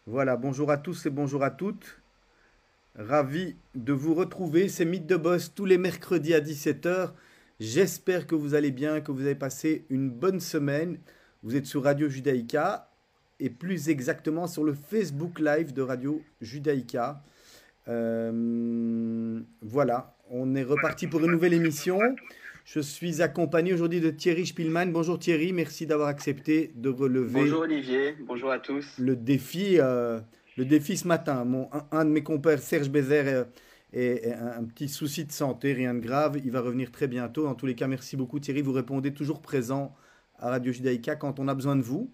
Voilà, bonjour à tous et bonjour à toutes. Ravi de vous retrouver. C'est Mythe de Boss tous les mercredis à 17 heures. J'espère que vous allez bien, que vous avez passé une bonne semaine. Vous êtes sur Radio Judaïka et plus exactement sur le Facebook Live de Radio Judaïka. Voilà, on est reparti pour une nouvelle émission. Je suis accompagné aujourd'hui de Thierry Spielmann. Bonjour Thierry, merci d'avoir accepté de relever Bonjour Olivier, bonjour à tous. le défi, le défi ce matin. Un de mes compères, Serge Bézère, est un petit souci de santé, rien de grave. Il va revenir très bientôt. En tous les cas, merci beaucoup Thierry. Vous répondez toujours présent à Radio Judaïka quand on a besoin de vous.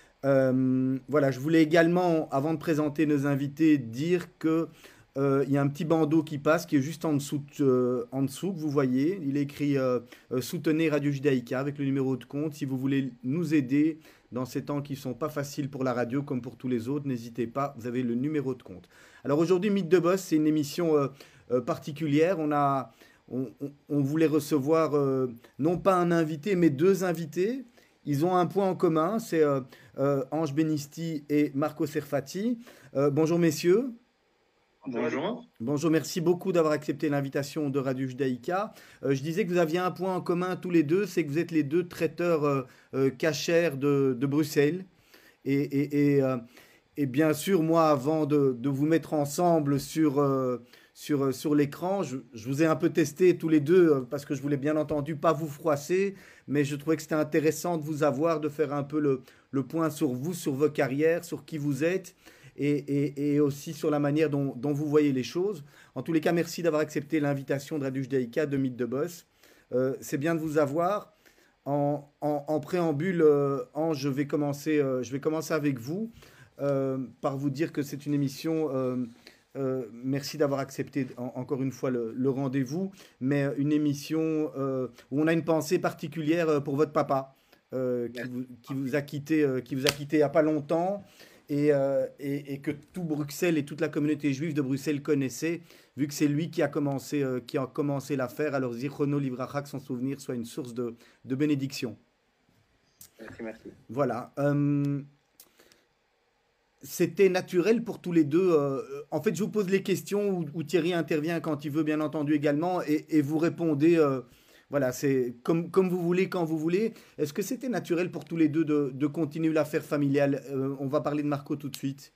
Voilà, je voulais également, avant de présenter nos invités, dire que il y a un petit bandeau qui passe, qui est juste en dessous que vous voyez. Il est écrit Soutenez Radio Judaïka avec le numéro de compte. Si vous voulez nous aider dans ces temps qui ne sont pas faciles pour la radio comme pour tous les autres, n'hésitez pas, vous avez le numéro de compte. Alors aujourd'hui, Mythe de Boss, c'est une émission particulière. On voulait recevoir non pas un invité, mais deux invités. Ils ont un point en commun, c'est Ange Benisti et Marco Serfati. Bonjour messieurs. Bonjour. Bonjour, merci beaucoup d'avoir accepté l'invitation de Radio Judaïka. Je disais que vous aviez un point en commun tous les deux, c'est que vous êtes les deux traiteurs cachers de Bruxelles. Et, et- et, euh, et bien sûr, moi, avant de vous mettre ensemble sur l'écran, je vous ai un peu testé tous les deux parce que je voulais bien entendu pas vous froisser, mais je trouvais que c'était intéressant de vous avoir, de faire un peu le point sur vous, sur vos carrières, sur qui vous êtes et aussi sur la manière dont vous voyez les choses. En tous les cas, merci d'avoir accepté l'invitation de Radio Judaïka de Mythe de Boss. C'est bien de vous avoir. En préambule, Ange, je vais commencer avec vous par vous dire que c'est une émission. Merci d'avoir accepté encore une fois le rendez-vous, mais une émission où on a une pensée particulière pour votre papa qui vous a qui vous a quitté il n'y a pas longtemps et que tout Bruxelles et toute la communauté juive de Bruxelles connaissait, vu que c'est lui qui a commencé l'affaire. Alors Zichrono Livracha, que son souvenir soit une source de bénédiction. Merci, merci. Voilà. C'était naturel pour tous les deux. En fait, je vous pose les questions où Thierry intervient quand il veut, bien entendu, également, et vous répondez. Voilà, c'est comme vous voulez, quand vous voulez. Est-ce que c'était naturel pour tous les deux de continuer l'affaire familiale? On va parler de Marco tout de suite.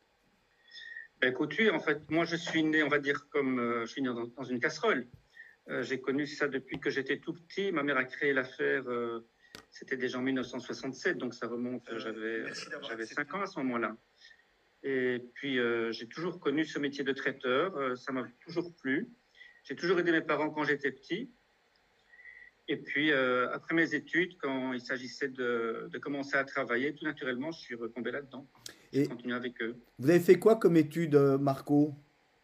Ben, écoute, oui, en fait, moi je suis né, on va dire, comme je suis né dans une casserole. J'ai connu ça depuis que j'étais tout petit. Ma mère a créé l'affaire, c'était déjà en 1967, donc ça remonte, j'avais 5 ans à ce moment-là. Et puis j'ai toujours connu ce métier de traiteur, ça m'a toujours plu. J'ai toujours aidé mes parents quand j'étais petit. Et puis, après mes études, quand il s'agissait de commencer à travailler, tout naturellement, je suis retombé là-dedans. J'ai Et continué avec eux. vous avez fait quoi comme étude, Marco?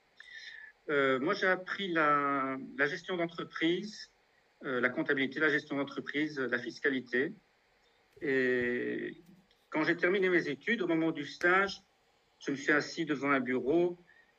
Moi, j'ai appris la gestion d'entreprise, la comptabilité, la gestion d'entreprise, la fiscalité. Et quand j'ai terminé mes études, au moment du stage, je me suis assis devant un bureau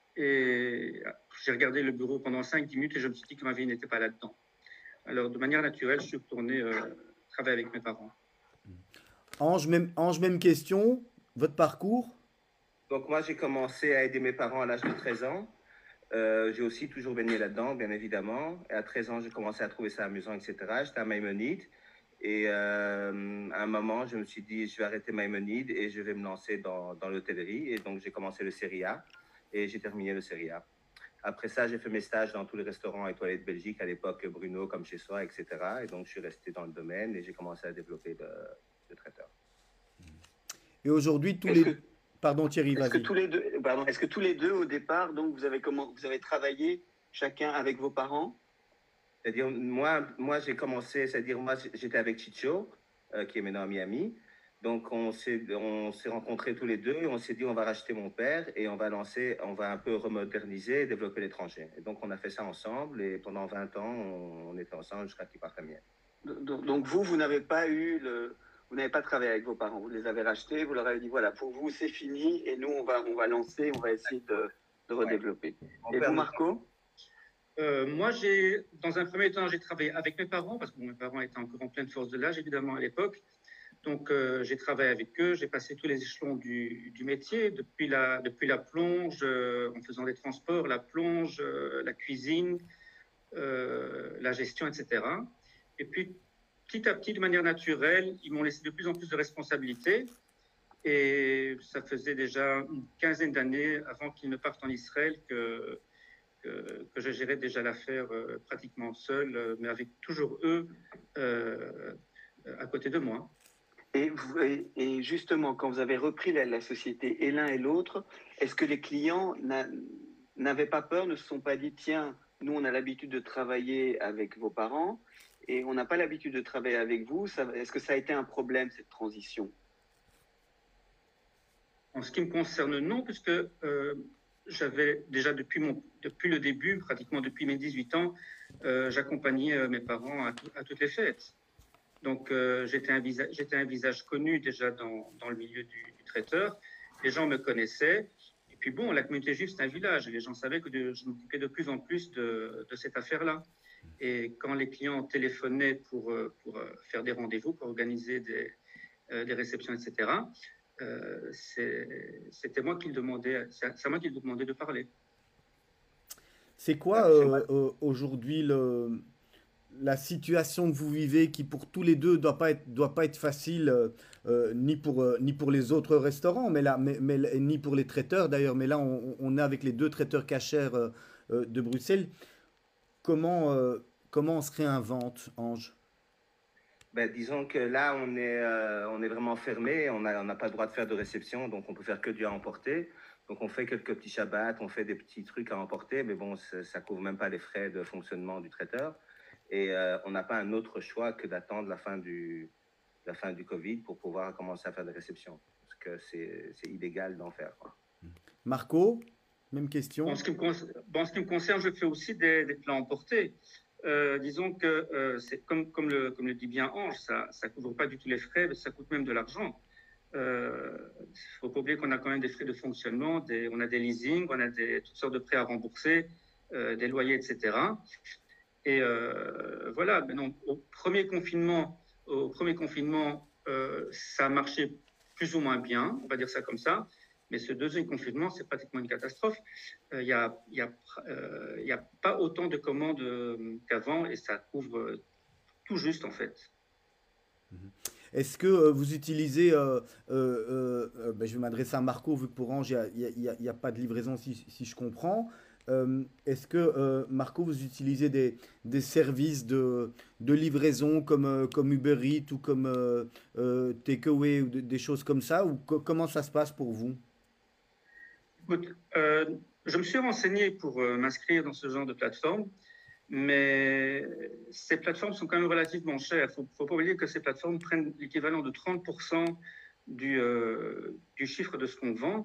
et j'ai regardé le bureau pendant 5-10 minutes et je me suis dit que ma vie n'était pas là-dedans. Alors, de manière naturelle, je suis retourné travailler avec mes parents. Ange, même question. Votre parcours? Donc moi, j'ai commencé à aider mes parents à l'âge de 13 ans. J'ai aussi toujours baigné là-dedans, bien évidemment. Et à 13 ans, j'ai commencé à trouver ça amusant, etc. J'étais à Maïmonide. Et à un moment, je me suis dit, je vais arrêter Maïmonide et je vais me lancer dans l'hôtellerie. Et donc, j'ai commencé le Serie A et j'ai terminé le Serie A. Après ça, j'ai fait mes stages dans tous les restaurants étoilés de Belgique, à l'époque Bruno, comme chez soi, etc. Et donc, je suis resté dans le domaine et j'ai commencé à développer le traiteur. Et aujourd'hui, tous Est-ce les... que, Pardon Thierry, est-ce que vas-y. tous les deux, pardon, est-ce que tous les deux au départ, donc vous avez travaillé chacun avec vos parents? C'est-à-dire, moi j'ai commencé, c'est-à-dire, moi, j'étais avec Chicho, qui est maintenant à Miami. Donc, on s'est rencontrés tous les deux et on s'est dit, on va racheter mon père et on va un peu remoderniser et développer l'étranger. Et donc, on a fait ça ensemble et pendant 20 ans, on était ensemble jusqu'à qu'il parte à Miami. Donc vous n'avez pas vous n'avez pas travaillé avec vos parents, vous les avez rachetés, vous leur avez dit voilà, pour vous c'est fini et nous on va lancer, on va essayer de redévelopper. Mon Et père vous nous- Marco? Moi, dans un premier temps, j'ai travaillé avec mes parents, parce que mes parents étaient encore en pleine force de l'âge, évidemment, à l'époque. Donc, j'ai travaillé avec eux, j'ai passé tous les échelons du métier, depuis la plonge, en faisant des transports, la plonge, la cuisine, la gestion, etc. Et puis, petit à petit, de manière naturelle, ils m'ont laissé de plus en plus de responsabilités. Et ça faisait déjà une quinzaine d'années avant qu'ils ne partent en Israël que je gérais déjà l'affaire pratiquement seul, mais avec toujours eux à côté de moi. Et justement, quand vous avez repris la société et l'un et l'autre, est-ce que les clients n'avaient pas peur, ne se sont pas dit, tiens, nous, on a l'habitude de travailler avec vos parents et on n'a pas l'habitude de travailler avec vous. Est-ce que ça a été un problème, cette transition? En ce qui me concerne, non, puisque j'avais déjà depuis le début, pratiquement depuis mes 18 ans, j'accompagnais mes parents à toutes les fêtes. Donc, j'étais un visage connu déjà dans le milieu du traiteur. Les gens me connaissaient. Et puis bon, la communauté juive, c'est un village. Et les gens savaient que je m'occupais de plus en plus de cette affaire-là. Et quand les clients téléphonaient pour faire des rendez-vous, pour organiser des réceptions, etc., c'était moi qui le demandais, c'est à moi qui le demandais de parler. C'est quoi aujourd'hui la situation que vous vivez qui pour tous les deux doit pas être facile ni pour les autres restaurants mais ni pour les traiteurs d'ailleurs, mais là on est avec les deux traiteurs cachers de Bruxelles. Comment on se réinvente, Ange? Ben, disons que là, on est vraiment fermé, on n'a pas le droit de faire de réception, donc on peut faire que du à emporter. Donc on fait quelques petits shabbats, on fait des petits trucs à emporter, mais bon, ça couvre même pas les frais de fonctionnement du traiteur. Et on n'a pas un autre choix que d'attendre la fin du Covid pour pouvoir commencer à faire des réceptions. Parce que c'est illégal d'en faire, quoi. Marco, même En question. ce qui me concerne, je fais aussi des plats emportés. Disons que c'est comme le dit bien Ange, ça ne couvre pas du tout les frais, mais ça coûte même de l'argent. Il ne faut pas oublier qu'on a quand même des frais de fonctionnement, on a des leasings, on a toutes sortes de prêts à rembourser, des loyers, etc. Et voilà, maintenant, au premier confinement, ça a marché plus ou moins bien, on va dire ça comme ça. Mais ce deuxième confinement, c'est pratiquement une catastrophe. Il n'y a pas autant de commandes qu'avant et ça couvre tout juste en fait. Est-ce que vous utilisez, ben, je vais m'adresser à Marco, vu que pour Ange, il y a pas de livraison si je comprends. Est-ce que, Marco, vous utilisez des services de livraison comme Uber Eats ou comme Takeaway ou des choses comme ça, ou comment ça se passe pour vous? Écoute, je me suis renseigné pour m'inscrire dans ce genre de plateforme, mais ces plateformes sont quand même relativement chères. Il ne faut pas oublier que ces plateformes prennent l'équivalent de 30% du chiffre de ce qu'on vend.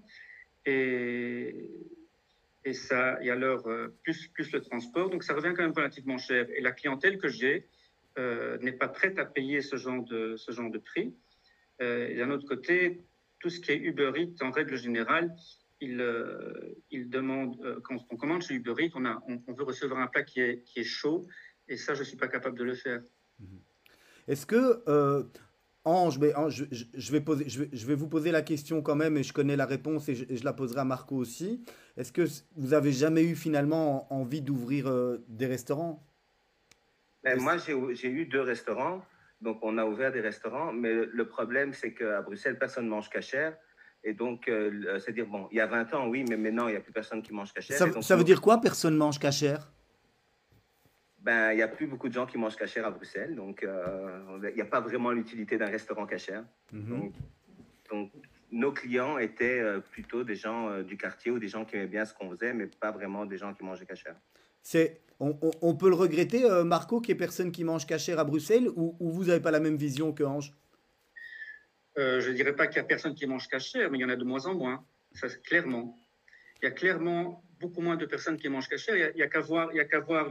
Et ça, et alors plus le transport, donc ça revient quand même relativement cher. Et la clientèle que j'ai n'est pas prête à payer ce genre de prix. Et d'un autre côté, tout ce qui est Uber Eats, en règle générale, il demande, quand on commande chez Uber Eats, on veut recevoir un plat qui est chaud, et ça, je ne suis pas capable de le faire. Est-ce que, Ange, mais Ange, je vais vous poser la question quand même, et je connais la réponse, et je la poserai à Marco aussi. Est-ce que vous avez jamais eu finalement envie d'ouvrir des restaurants? Ben, moi, j'ai eu 2 restaurants, donc on a ouvert des restaurants, mais le problème, c'est qu'à Bruxelles, personne ne mange cachère. Et donc, c'est-à-dire, bon, il y a 20 ans, oui, mais maintenant, il n'y a plus personne qui mange cachère. Et donc, Ça veut dire quoi, personne mange cachère? ben, il n'y a plus beaucoup de gens qui mangent cachère à Bruxelles, donc il n'y a pas vraiment l'utilité d'un restaurant cachère. Mhm. Donc, nos clients étaient plutôt des gens du quartier ou des gens qui aimaient bien ce qu'on faisait, mais pas vraiment des gens qui mangeaient cachère. On peut le regretter, Marco, qu'il n'y ait personne qui mange cachère à Bruxelles, ou vous n'avez pas la même vision que Ange? Je ne dirais pas qu'il n'y a personne qui mange cachère, mais il y en a de moins en moins, ça c'est clairement. Il y a clairement beaucoup moins de personnes qui mangent cachère. Il y a qu'à voir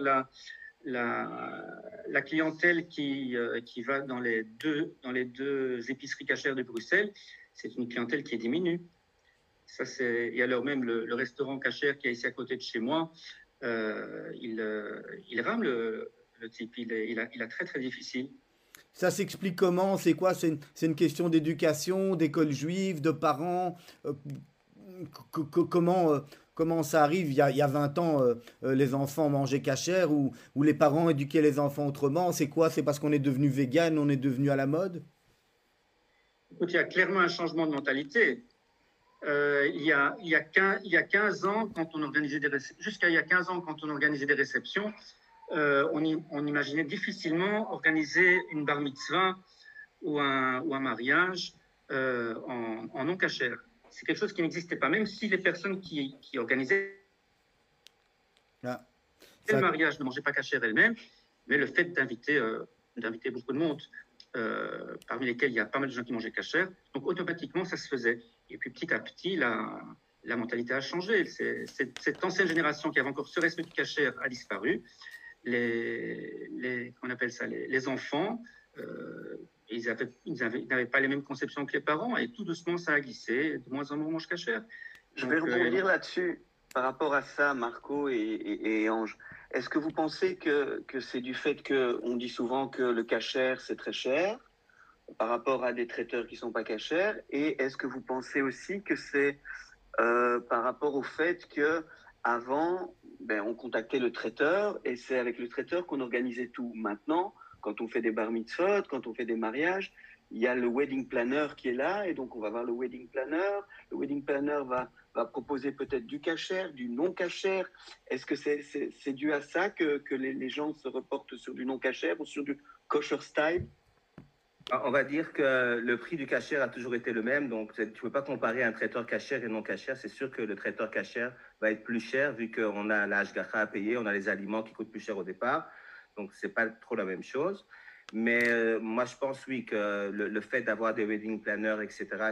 la clientèle qui va dans les deux épiceries cachères de Bruxelles. C'est une clientèle qui diminue. Ça, et alors même le restaurant cachère qui est ici à côté de chez moi, il rame le type. Il a très très difficile. Ça s'explique comment? C'est quoi? C'est une question d'éducation, d'école juive, de parents? Comment, comment ça arrive? Il y a 20 ans, les enfants mangeaient cachère ou les parents éduquaient les enfants autrement. C'est quoi? C'est parce qu'on est devenu vegan, on est devenu à la mode? Écoute, il y a clairement un changement de mentalité. Il y a 15 ans, quand on organisait jusqu'à il y a 15 ans, quand on organisait des réceptions, on imaginait difficilement organiser une bar mitzvah ou un mariage en non cachère. C'est quelque chose qui n'existait pas, même si les personnes qui organisaient Ah, le ça, mariage ne mangeaient pas cachère elles-mêmes, mais le fait d'inviter beaucoup de monde, parmi lesquels il y a pas mal de gens qui mangeaient cachère, donc automatiquement ça se faisait. Et puis petit à petit, la mentalité a changé. Cette ancienne génération qui avait encore ce respect du cachère a disparu. On appelle ça, les enfants, ils n'avaient pas les mêmes conceptions que les parents, et tout doucement ça a glissé. De moins en moins on mange cachère. Je vais rebondir là-dessus par rapport à ça, Marco et Ange. Est-ce que vous pensez que c'est du fait qu'on dit souvent que le cachère, c'est très cher par rapport à des traiteurs qui ne sont pas cachères? Et est-ce que vous pensez aussi que c'est par rapport au fait qu'avant, on contactait le traiteur et c'est avec le traiteur qu'on organisait tout. Maintenant, quand on fait des bar mitzvot, quand on fait des mariages, il y a le wedding planner qui est là et donc on va voir le wedding planner. Le wedding planner va proposer peut-être du cachère, du non cachère. Est-ce que c'est dû à ça que les gens se reportent sur du non cachère ou sur du kosher style? On va dire que le prix du cachère a toujours été le même, donc tu ne peux pas comparer un traiteur cachère et non cachère. C'est sûr que le traiteur cachère va être plus cher vu qu'on a la hashgacha à payer, on a les aliments qui coûtent plus cher au départ, donc ce n'est pas trop la même chose. Mais moi, je pense, oui, que le fait d'avoir des wedding planners, etc.,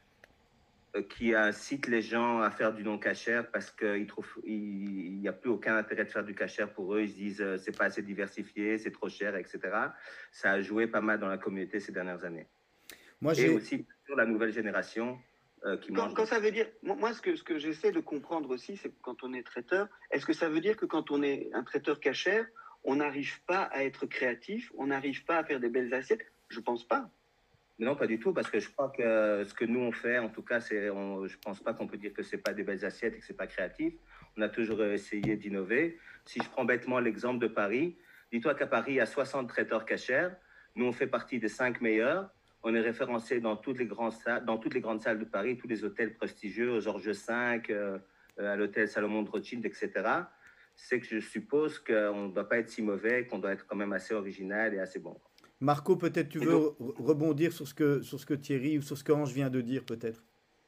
qui incitent les gens à faire du non cachère parce qu'il n'y a plus aucun intérêt de faire du cachère pour eux. Ils se disent c'est pas assez diversifié, c'est trop cher, etc. Ça a joué pas mal dans la communauté ces dernières années. moi, Et aussi sur la nouvelle génération qui mange. Quand ça veut dire, moi ce que j'essaie de comprendre aussi, c'est que quand on est traiteur, est-ce que ça veut dire que quand on est un traiteur cachère, on n'arrive pas à être créatif, on n'arrive pas à faire des belles assiettes? Je pense pas. Non, pas du tout, parce que je crois que ce que nous on fait, en tout cas, je pense pas qu'on peut dire que c'est pas des belles assiettes et que c'est pas créatif. On a toujours essayé d'innover. Si je prends bêtement l'exemple de Paris, dis-toi qu'à Paris, il y a 60 traiteurs cachers. Nous, on fait partie des 5 meilleurs. On est référencé dans toutes les grandes salles de Paris, tous les hôtels prestigieux, au Georges V, à l'hôtel Salomon de Rothschild, etc. C'est que je suppose qu'on ne doit pas être si mauvais, qu'on doit être quand même assez original et assez bon. Marco, peut-être tu veux rebondir sur ce que Thierry ou sur ce qu'Ange vient de dire, peut-être.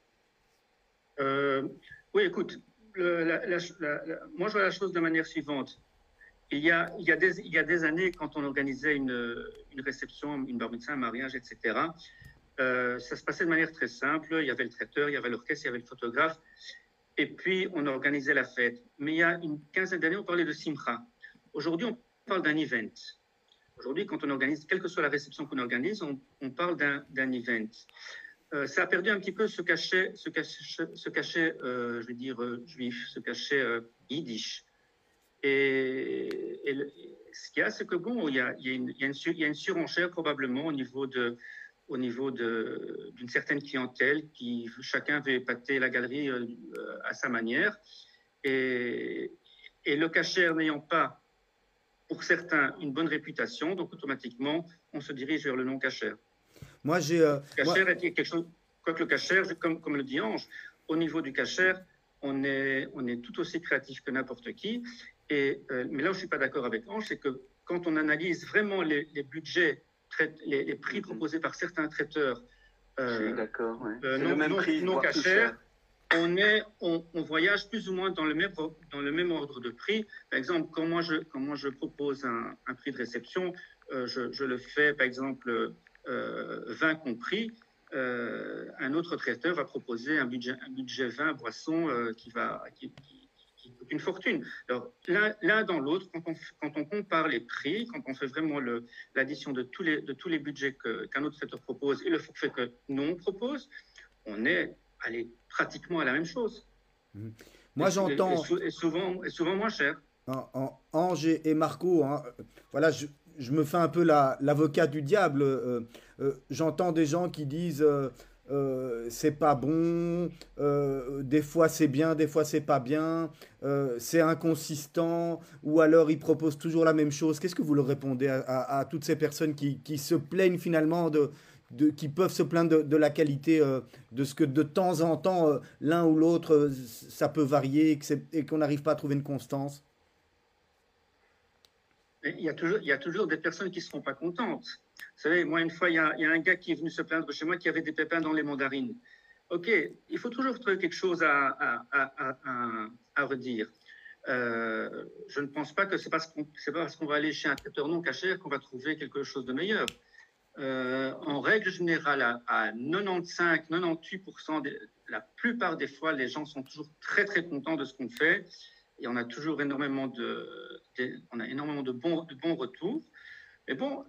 Oui, écoute, moi je vois la chose de manière suivante. Il y a des années, quand on organisait une réception, une bar mitzvah, un mariage, etc., ça se passait de manière très simple. Il y avait le traiteur, il y avait l'orchestre, il y avait le photographe, et puis on organisait la fête. Mais il y a une quinzaine d'années, on parlait de simcha. Aujourd'hui, on parle d'un event. Aujourd'hui, quand on organise, quelle que soit la réception qu'on organise, on parle d'un event. Ça a perdu un petit peu ce cachet je vais dire, juif, ce cachet yiddish. Et ce qu'il y a, c'est que bon, il y a une surenchère probablement au niveau d'une certaine clientèle qui chacun veut épater la galerie à sa manière. Et le cachet n'ayant pas pour certains une bonne réputation, donc automatiquement on se dirige vers le non cachère. Moi, est quelque chose, quoique le cachère, comme le dit Ange, au niveau du cachère, on est tout aussi créatif que n'importe qui. Mais là où je suis pas d'accord avec Ange, c'est que quand on analyse vraiment les budgets, les prix proposés par certains traiteurs, je suis d'accord, ouais. non cachère, on voyage plus ou moins dans le même ordre de prix. Par exemple, quand moi je propose un prix de réception, je le fais, par exemple, 20 compris. Un autre traiteur va proposer un budget 20 boissons qui coûte une fortune. Alors, l'un dans l'autre, quand on compare les prix, quand on fait vraiment l'addition de tous les budgets qu'un autre traiteur propose et le forfait que nous on propose, on est pratiquement à la même chose. Moi, j'entends. Et souvent moins cher. Ange et Marco, hein, voilà, je me fais un peu l'avocat du diable. J'entends des gens qui disent c'est pas bon, des fois c'est bien, des fois c'est pas bien, c'est inconsistant, ou alors ils proposent toujours la même chose. Qu'est-ce que vous leur répondez à toutes ces personnes qui se plaignent finalement qui peuvent se plaindre de la qualité de ce que de temps en temps l'un ou l'autre ça peut varier et qu'on n'arrive pas à trouver une constance? Mais il y a toujours des personnes qui ne seront pas contentes. Vous savez, moi, une fois, il y a un gars qui est venu se plaindre chez moi qui avait des pépins dans les mandarines. OK, il faut toujours trouver quelque chose à redire. Je ne pense pas que c'est pas parce qu'on va aller chez un traiteur non cachère qu'on va trouver quelque chose de meilleur. En règle générale, à 95-98%, la plupart des fois, les gens sont toujours très, très contents de ce qu'on fait. Et on a toujours énormément de bons retours. Mais bon,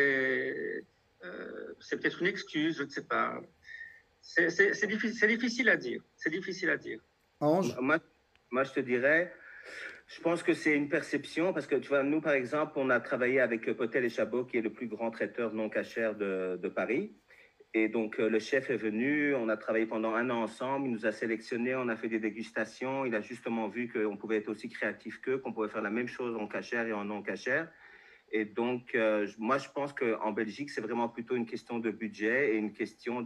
c'est peut-être une excuse, je ne sais pas. C'est difficile à dire. C'est difficile à dire. Ange? Moi, je te dirais, je pense que c'est une perception parce que tu vois, nous, par exemple, on a travaillé avec Potel et Chabot, qui est le plus grand traiteur non cachère de Paris. Et donc, le chef est venu, on a travaillé pendant un an ensemble, il nous a sélectionnés, on a fait des dégustations, il a justement vu qu'on pouvait être aussi créatif qu'eux, qu'on pouvait faire la même chose en cachère et en non cachère. Et donc, moi, je pense qu'en Belgique, c'est vraiment plutôt une question de budget et une question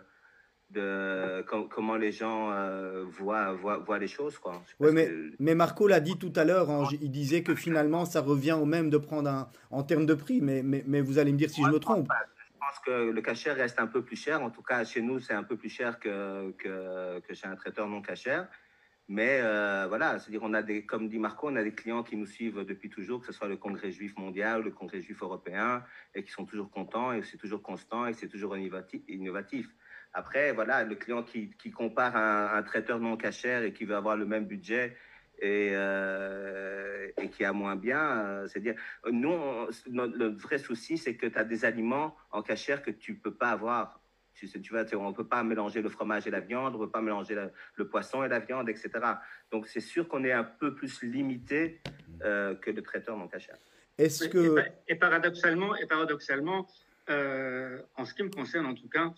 comment les gens voient les choses, quoi. Oui, Parce que mais Marco l'a dit tout à l'heure, Ange, il disait que finalement ça revient au même de prendre en termes de prix, mais vous allez me dire si je me trompe. je pense que le cachère reste un peu plus cher. En tout cas, chez nous, c'est un peu plus cher que chez un traiteur non cachère. Mais voilà, c'est-à-dire on a comme dit Marco, on a des clients qui nous suivent depuis toujours, que ce soit le Congrès juif mondial ou le Congrès juif européen, et qui sont toujours contents, et c'est toujours constant, et c'est toujours innovatif. Après, voilà, le client qui compare un traiteur non cachère et qui veut avoir le même budget et qui a moins bien, c'est-à-dire, nous, le vrai souci, c'est que tu as des aliments en cachère que tu ne peux pas avoir. Tu vois, on ne peut pas mélanger le fromage et la viande, on ne peut pas mélanger le poisson et la viande, etc. Donc, c'est sûr qu'on est un peu plus limité que le traiteur non cachère. Est-ce que... Et paradoxalement, en ce qui me concerne en tout cas,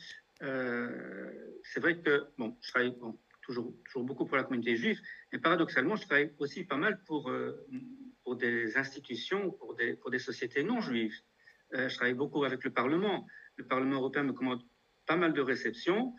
c'est vrai que, bon, je travaille toujours beaucoup pour la communauté juive, mais paradoxalement, je travaille aussi pas mal pour des institutions, pour des sociétés non juives. Je travaille beaucoup avec le Parlement. Le Parlement européen me commande pas mal de réceptions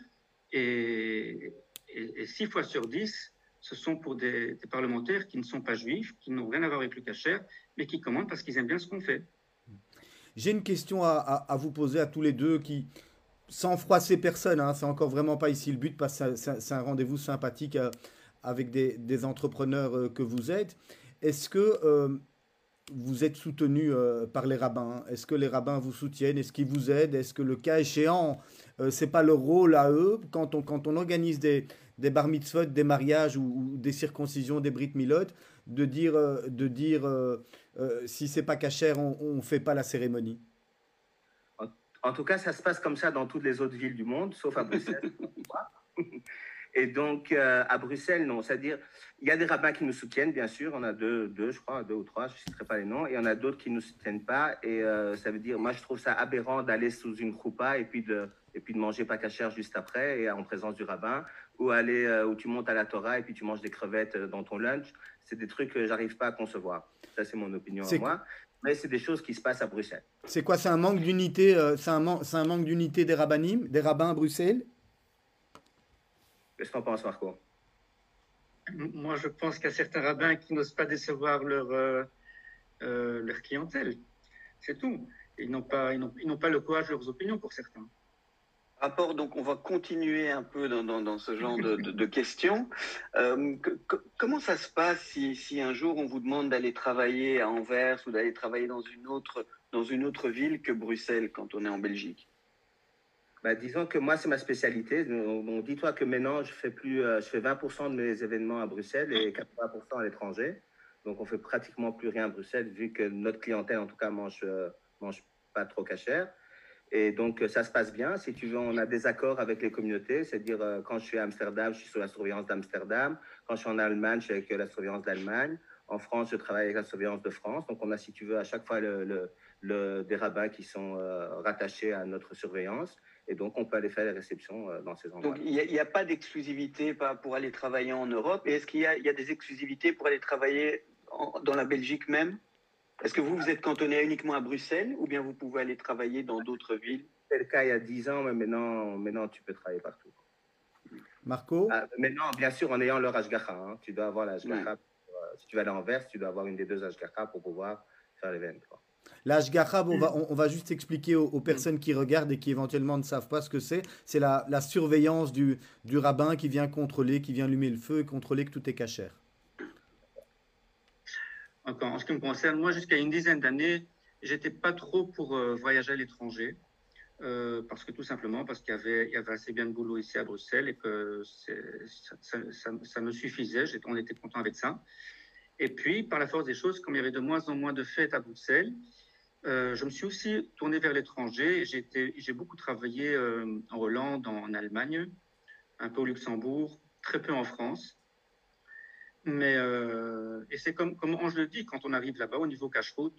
et 6 fois sur 10, ce sont pour des parlementaires qui ne sont pas juifs, qui n'ont rien à voir avec le cachère, mais qui commandent parce qu'ils aiment bien ce qu'on fait. J'ai une question à vous poser à tous les deux sans froisser personne, hein, c'est encore vraiment pas ici le but parce que c'est un rendez-vous sympathique avec des entrepreneurs que vous êtes. Est-ce que vous êtes soutenu par les rabbins? Est-ce que les rabbins vous soutiennent? Est-ce qu'ils vous aident? Est-ce que le cas échéant, c'est pas leur rôle à eux quand on organise des bar mitzvot, des mariages ou des circoncisions, des brit milot, de dire si c'est pas cachère, on fait pas la cérémonie? En tout cas, ça se passe comme ça dans toutes les autres villes du monde, sauf à Bruxelles. Et donc, à Bruxelles, non. C'est-à-dire, il y a des rabbins qui nous soutiennent, bien sûr. On a deux, je crois, deux ou trois, je ne citerai pas les noms. Et il y en a d'autres qui ne nous soutiennent pas. Et ça veut dire, moi, je trouve ça aberrant d'aller sous une choupa et puis de manger pas cachère juste après, et en présence du rabbin, ou aller où tu montes à la Torah et puis tu manges des crevettes dans ton lunch. C'est des trucs que j'arrive pas à concevoir. Ça, c'est mon opinion à moi. Mais c'est des choses qui se passent à Bruxelles. C'est quoi? C'est un manque d'unité, c'est un manque d'unité des rabbinim, des rabbins à Bruxelles? Qu'est-ce que tu en penses, Marco? Moi, je pense qu'il y a certains rabbins qui n'osent pas décevoir leur clientèle. C'est tout. Ils n'ont pas le courage de leurs opinions pour certains. Rapport, donc on va continuer un peu dans ce genre de questions. Comment ça se passe si un jour on vous demande d'aller travailler à Anvers ou d'aller travailler dans une autre ville que Bruxelles quand on est en Belgique? Bah, disons que moi, c'est ma spécialité. Dis-toi que maintenant, je fais 20% de mes événements à Bruxelles et 80% à l'étranger. Donc, on fait pratiquement plus rien à Bruxelles vu que notre clientèle, en tout cas, mange pas trop cachère. Et donc, ça se passe bien. Si tu veux, on a des accords avec les communautés. C'est-à-dire, quand je suis à Amsterdam, je suis sur la surveillance d'Amsterdam. Quand je suis en Allemagne, je suis avec la surveillance d'Allemagne. En France, je travaille avec la surveillance de France. Donc, on a, si tu veux, à chaque fois le des rabbins qui sont rattachés à notre surveillance. Et donc, on peut aller faire les réceptions dans ces endroits. Donc, il n'y a pas d'exclusivité pour aller travailler en Europe. Et est-ce qu'il y a des exclusivités pour aller travailler dans la Belgique même? Est-ce que vous êtes cantonné uniquement à Bruxelles ou bien vous pouvez aller travailler dans d'autres villes? C'était le cas il y a 10 ans, mais maintenant tu peux travailler partout. Marco? Maintenant, bien sûr, en ayant leur Hashgacha. Hein, tu dois avoir la Hashgacha. Si tu vas aller à Anvers, tu dois avoir une des deux Hashgacha pour pouvoir faire l'événement. La Hashgacha, on va juste expliquer aux personnes qui regardent et qui éventuellement ne savent pas ce que c'est. C'est la surveillance du rabbin qui vient contrôler, qui vient allumer le feu et contrôler que tout est cachère. Encore, en ce qui me concerne, moi, jusqu'à une dizaine d'années, j'étais pas trop pour voyager à l'étranger. Parce que tout simplement, parce qu'il y avait assez bien de boulot ici à Bruxelles et que ça me suffisait, on était content avec ça. Et puis, par la force des choses, comme il y avait de moins en moins de fêtes à Bruxelles, je me suis aussi tourné vers l'étranger. J'ai beaucoup travaillé en Hollande, en Allemagne, un peu au Luxembourg, très peu en France. Mais, et c'est comme Ange le dit, quand on arrive là-bas, au niveau cache-route,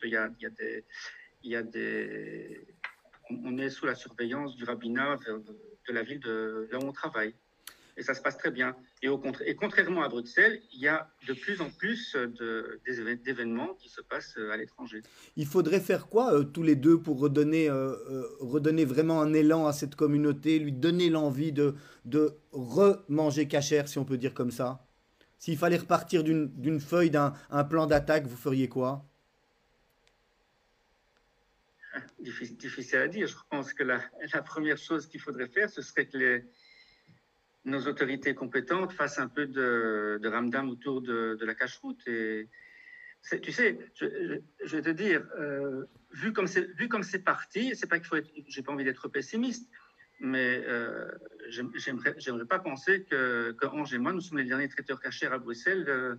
on est sous la surveillance du rabbinat de la ville là où on travaille. Et ça se passe très bien. Et contrairement à Bruxelles, il y a de plus en plus d'événements qui se passent à l'étranger. Il faudrait faire quoi, tous les deux, pour redonner vraiment un élan à cette communauté, lui donner l'envie de remanger cachère, si on peut dire comme ça? S'il fallait repartir d'une feuille, d'un plan d'attaque, vous feriez quoi? Difficile à dire. Je pense que la première chose qu'il faudrait faire, ce serait que nos autorités compétentes fassent un peu de ramdam autour de la cache-route. Et tu sais, je vais te dire, vu comme c'est parti, c'est pas qu'il faut j'ai pas envie d'être pessimiste, mais j'aimerais pas penser que Ange et moi, nous sommes les derniers traiteurs cachers à Bruxelles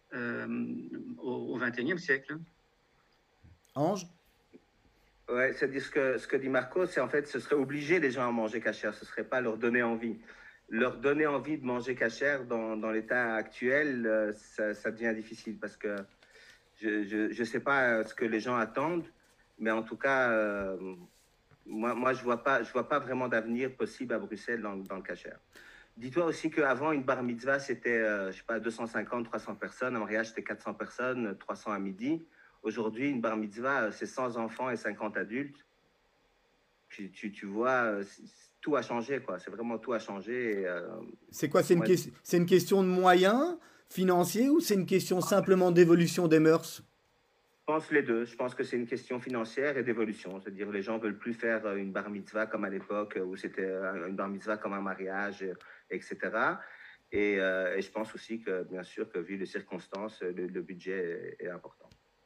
au XXIe siècle. Ange? Ouais, c'est-à-dire ce que dit Marco, c'est en fait, ce serait obliger les gens à manger cachère, ce serait pas leur donner envie. Leur donner envie de manger cachère dans l'état actuel, ça devient difficile parce que je sais pas ce que les gens attendent, mais en tout cas, moi je vois pas vraiment d'avenir possible à Bruxelles dans le cachère. Dis-toi aussi qu'avant, une bar mitzvah, c'était, je sais pas, 250, 300 personnes. Un mariage, c'était 400 personnes, 300 à midi. Aujourd'hui, une bar mitzvah, c'est 100 enfants et 50 adultes. Puis tu vois, tout a changé, quoi. C'est vraiment tout a changé. C'est quoi? C'est une question de moyens financiers ou c'est une question simplement d'évolution des mœurs? Je pense les deux. Je pense que c'est une question financière et d'évolution. C'est-à-dire les gens veulent plus faire une bar mitzvah comme à l'époque où c'était une bar mitzvah comme un mariage, etc. Et je pense aussi que, bien sûr, que vu les circonstances, le budget est important.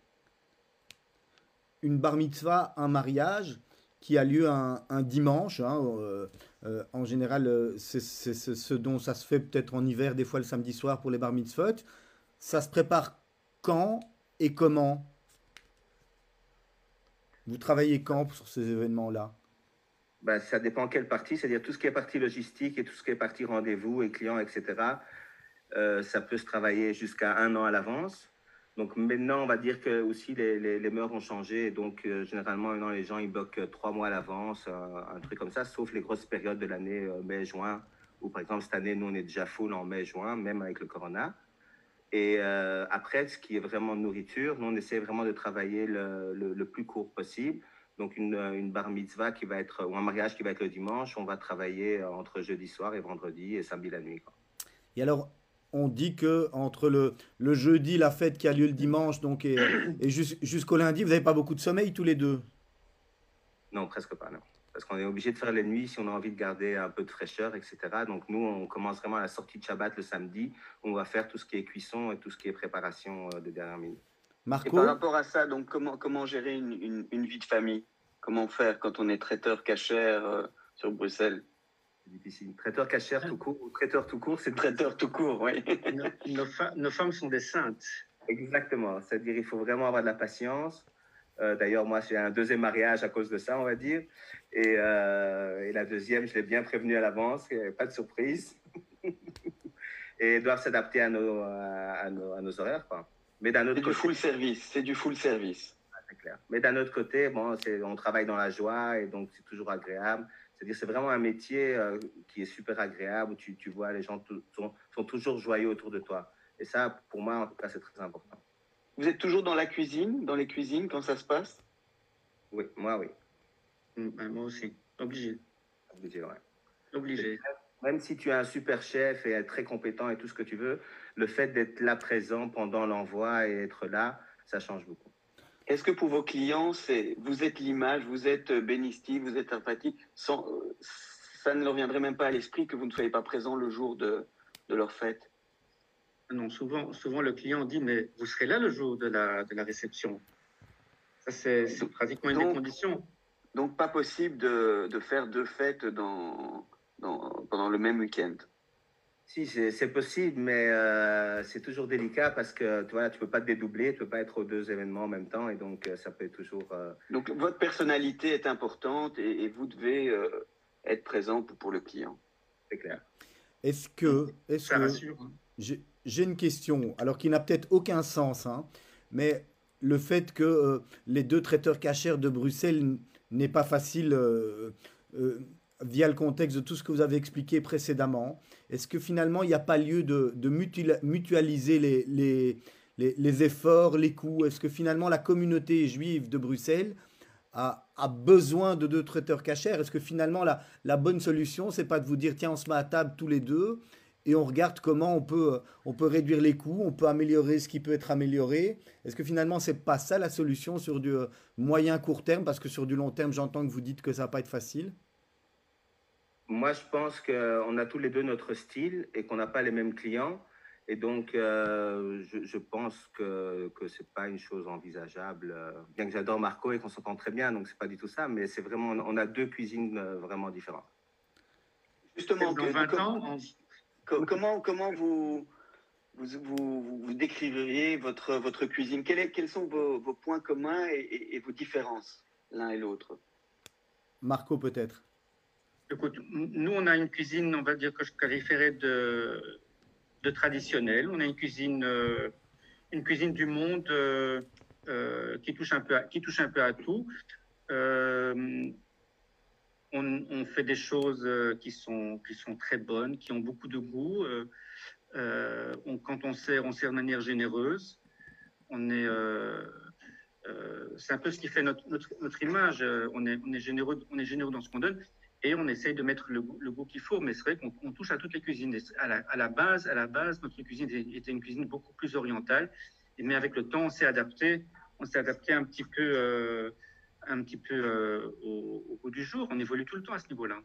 Une bar mitzvah, un mariage qui a lieu un dimanche. Hein, en général, c'est ce dont ça se fait peut-être en hiver, des fois le samedi soir pour les bar mitzvot. Ça se prépare quand et comment? Vous travaillez quand sur ces événements-là? Ben, ça dépend quelle partie, c'est-à-dire tout ce qui est partie logistique et tout ce qui est partie rendez-vous et clients, etc. Ça peut se travailler jusqu'à 1 an à l'avance. Donc maintenant, on va dire que aussi les mœurs ont changé. Donc généralement, maintenant, les gens ils bloquent 3 mois à l'avance, un truc comme ça, sauf les grosses périodes de l'année, mai-juin, où par exemple cette année, nous on est déjà full en mai-juin, même avec le corona. Et après, ce qui est vraiment nourriture, nous on essaie vraiment de travailler le plus court possible. Donc une bar mitzvah qui va être, ou un mariage qui va être le dimanche, on va travailler entre jeudi soir et vendredi et samedi la nuit, quoi. Et alors, on dit que entre le jeudi, la fête qui a lieu le dimanche, donc et jusqu'au lundi, vous n'avez pas beaucoup de sommeil tous les deux? Non, presque pas, non. Parce qu'on est obligé de faire les nuits si on a envie de garder un peu de fraîcheur, etc. Donc nous, on commence vraiment à la sortie de Shabbat le samedi. On va faire tout ce qui est cuisson et tout ce qui est préparation de dernière minute. Marco? Et par rapport à ça, donc comment gérer une vie de famille? Comment faire quand on est traiteur cachère sur Bruxelles? C'est difficile. Traiteur cachère tout court ou traiteur tout court, c'est traiteur tout court, oui. Nos femmes sont des saintes. Exactement. C'est-à-dire il faut vraiment avoir de la patience. D'ailleurs, moi, j'ai un deuxième mariage à cause de ça, on va dire. Et la deuxième, je l'ai bien prévenue à l'avance, pas de surprise. Et doivent s'adapter à nos horaires, quoi. Mais d'un autre côté, c'est du full service. c'est clair. Mais d'un autre côté, bon, on travaille dans la joie et donc c'est toujours agréable. C'est-à-dire, c'est vraiment un métier qui est super agréable où tu vois les gens sont toujours joyeux autour de toi. Et ça, pour moi, en tout cas, c'est très important. Vous êtes toujours dans la cuisine, dans les cuisines, quand ça se passe? Oui, moi, oui. Moi aussi, obligé. Obligé, ouais. Obligé. Même si tu es un super chef et très compétent et tout ce que tu veux, le fait d'être là présent pendant l'envoi et être là, ça change beaucoup. Est-ce que pour vos clients, vous êtes l'image, vous êtes bénistique, vous êtes sympathique, ça ne leur viendrait même pas à l'esprit que vous ne soyez pas présent le jour de leur fête? Non, souvent le client dit, mais vous serez là le jour de la réception. Ça, c'est pratiquement une des conditions. Donc, pas possible de faire 2 fêtes pendant le même week-end. Si, c'est possible, mais c'est toujours délicat parce que tu vois, tu peux pas te dédoubler, tu peux pas être aux 2 événements en même temps et donc ça peut être toujours. Donc, votre personnalité est importante et vous devez être présent pour le client. C'est clair. Ça rassure. J'ai une question, alors qui n'a peut-être aucun sens, hein, mais le fait que les 2 traiteurs cachers de Bruxelles n'est pas facile via le contexte de tout ce que vous avez expliqué précédemment, est-ce que finalement il n'y a pas lieu de mutualiser les efforts, les coûts? Est-ce que finalement la communauté juive de Bruxelles a besoin de 2 traiteurs cachers? Est-ce que finalement la bonne solution, c'est pas de vous dire, tiens, on se met à table tous les deux et on regarde comment on peut réduire les coûts, on peut améliorer ce qui peut être amélioré? Est-ce que finalement, c'est pas ça la solution sur du moyen court terme? Parce que sur du long terme, j'entends que vous dites que ça va pas être facile. Moi, je pense qu'on a tous les deux notre style et qu'on n'a pas les mêmes clients. Et donc, je pense que ce n'est pas une chose envisageable. Bien que j'adore Marco et qu'on s'entend très bien, donc ce n'est pas du tout ça, mais c'est vraiment, on a 2 cuisines vraiment différentes. Justement, dans 20 ans, comment vous décririez votre cuisine? Quels sont vos points communs et vos différences l'un et l'autre? Marco, peut-être. Écoute, nous, on a une cuisine, on va dire que je qualifierais de traditionnelle. On a une cuisine du monde qui touche un peu à tout. On fait des choses qui sont très bonnes, qui ont beaucoup de goût. Quand on sert de manière généreuse. C'est un peu ce qui fait notre image. On est généreux dans ce qu'on donne. Et on essaye de mettre le goût qu'il faut, mais c'est vrai qu'on touche à toutes les cuisines. À la base, notre cuisine était une cuisine beaucoup plus orientale, mais avec le temps, on s'est adapté un petit peu au goût du jour. On évolue tout le temps à ce niveau-là.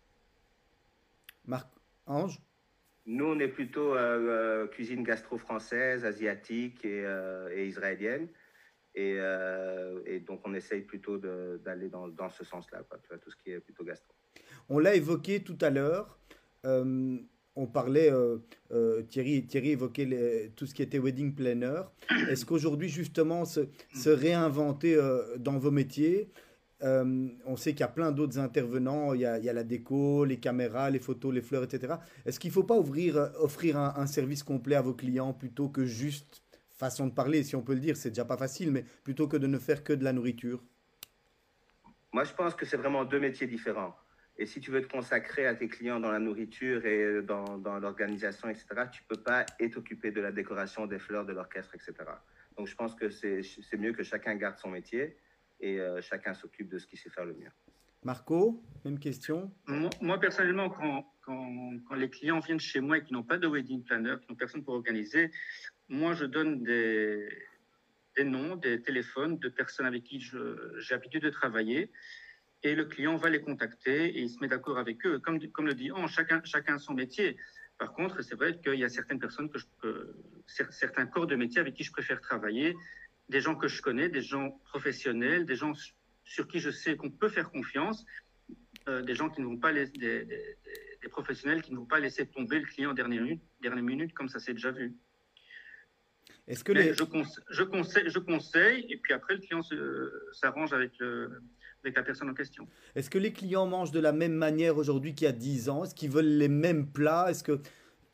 Ange? Nous, on est plutôt cuisine gastro-française, asiatique et israélienne. Et donc, on essaye plutôt d'aller dans ce sens-là, quoi, tu vois, tout ce qui est plutôt gastro. On l'a évoqué tout à l'heure. On parlait, Thierry évoquait tout ce qui était wedding planner. Est-ce qu'aujourd'hui, justement, se réinventer dans vos métiers, on sait qu'il y a plein d'autres intervenants, il y a la déco, les caméras, les photos, les fleurs, etc. Est-ce qu'il ne faut pas offrir un service complet à vos clients plutôt que juste, façon de parler, si on peut le dire, c'est déjà pas facile, mais plutôt que de ne faire que de la nourriture? Moi, je pense que c'est vraiment 2 métiers différents. Et si tu veux te consacrer à tes clients dans la nourriture et dans l'organisation, etc., tu ne peux pas t'occuper de la décoration, des fleurs, de l'orchestre, etc. Donc, je pense que c'est mieux que chacun garde son métier et chacun s'occupe de ce qu'il sait faire le mieux. Marco, même question? Moi, personnellement, quand les clients viennent chez moi et qui n'ont pas de wedding planner, qui n'ont personne pour organiser, moi, je donne des noms, des téléphones de personnes avec qui j'ai l'habitude de travailler. Et le client va les contacter et il se met d'accord avec eux. Comme le dit Ange, chacun son métier. Par contre, c'est vrai qu'il y a certaines personnes, certains corps de métier avec qui je préfère travailler, des gens que je connais, des gens professionnels, des gens sur qui je sais qu'on peut faire confiance, des gens qui ne vont pas des professionnels qui ne vont pas laisser tomber le client en dernière minute, comme ça s'est déjà vu. Est-ce que je conseille et puis après le client s'arrange avec la personne en question. Est-ce que les clients mangent de la même manière aujourd'hui qu'il y a 10 ans? Est-ce qu'ils veulent les mêmes plats?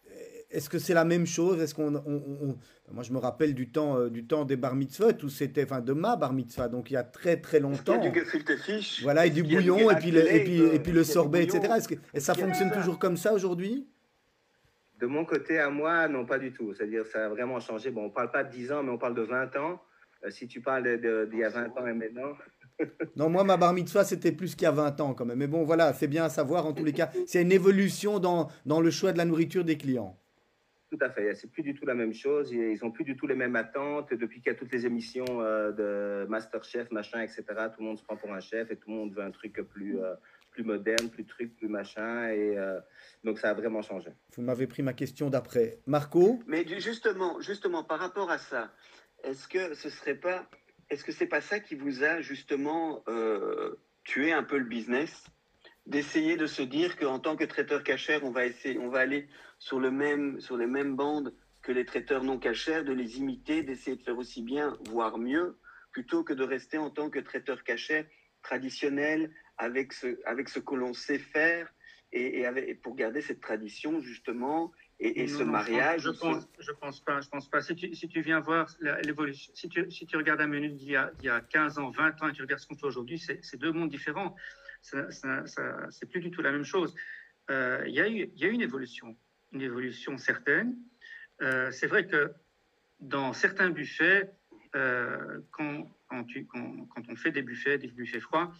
est-ce que c'est la même chose? Moi, je me rappelle du temps des bar mitzvot, où c'était, enfin, de ma bar mitzvah, donc il y a très très Est-ce qu'il y a du longtemps. gefilte fish? Voilà, et Est-ce du qu'il y a du bouillon, et puis le est-ce qu'il y a du sorbet, etc. bouillon? Et Est-ce ça qu'il y a tout fonctionne ça? toujours comme ça aujourd'hui? De mon côté à moi, non, pas du tout. C'est-à-dire, ça a vraiment changé. Bon, on ne parle pas de 10 ans, mais on parle de 20 ans. Si tu parles d'il y a 20 ans et maintenant, Non, moi, ma bar mitzvah, c'était plus qu'il y a 20 ans quand même. Mais bon, voilà, c'est bien à savoir en tous les cas. C'est une évolution dans le choix de la nourriture des clients. tout à fait. C'est plus du tout la même chose. Ils n'ont plus du tout les mêmes attentes. Depuis qu'il y a toutes les émissions de Masterchef, machin, etc., tout le monde se prend pour un chef et tout le monde veut un truc plus moderne, plus truc, plus machin. Donc, ça a vraiment changé. Vous m'avez pris ma question d'après. Marco? Mais justement, par rapport à ça, est-ce que c'est pas ça qui vous a justement tué un peu le business, d'essayer de se dire qu'en tant que traiteur cachère, on va aller sur les mêmes bandes que les traiteurs non cachers, de les imiter, d'essayer de faire aussi bien, voire mieux, plutôt que de rester en tant que traiteur cachère traditionnel avec ce que l'on sait faire et pour garder cette tradition justement et ce Non, mariage. je pense pas. Si tu viens voir l'évolution, si tu regardes un menu il y a 15 ans, 20 ans et tu regardes ce qu'on fait aujourd'hui, c'est deux mondes différents. C'est plus du tout la même chose. Il y a eu une évolution certaine. C'est vrai que dans certains buffets, quand on fait des buffets froids,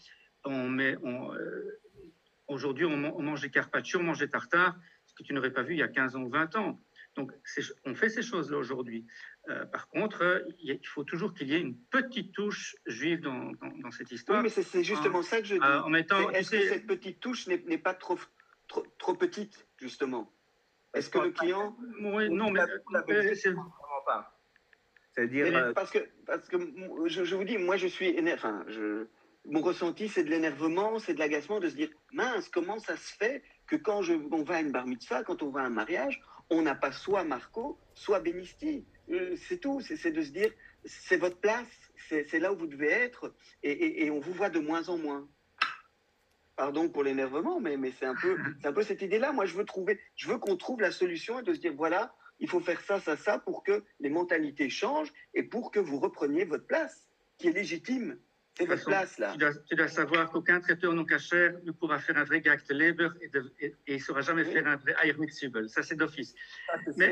aujourd'hui, on mange des carpaccio, on mange des tartares, ce que tu n'aurais pas vu il y a 15 ans ou 20 ans. Donc, on fait ces choses-là aujourd'hui. Par contre, il faut toujours qu'il y ait une petite touche juive dans cette histoire. Oui, mais c'est justement ça que je dis. En mettant, est-ce que cette petite touche n'est pas trop petite, justement? Est-ce que le client... Oui, non, mais c'est vraiment pas. C'est-à-dire... Parce que je vous dis, moi, je suis mon ressenti, c'est de l'énervement, c'est de l'agacement, de se dire, mince, comment ça se fait que quand on va à une bar mitzvah, quand on va à un mariage, on n'a pas soit Marco, soit Benisti. C'est tout, c'est de se dire, c'est votre place, c'est là où vous devez être, et on vous voit de moins en moins. Pardon pour l'énervement, mais c'est un peu cette idée-là. Moi, je veux qu'on trouve la solution et de se dire, voilà, il faut faire ça, pour que les mentalités changent et pour que vous repreniez votre place, qui est légitime. C'est votre place, là. Tu dois savoir qu'aucun traiteur non cachère ne pourra faire un vrai Gagte Leber et il ne saura jamais faire un vrai Eier mit Zwiebel. Ça, c'est d'office. Mais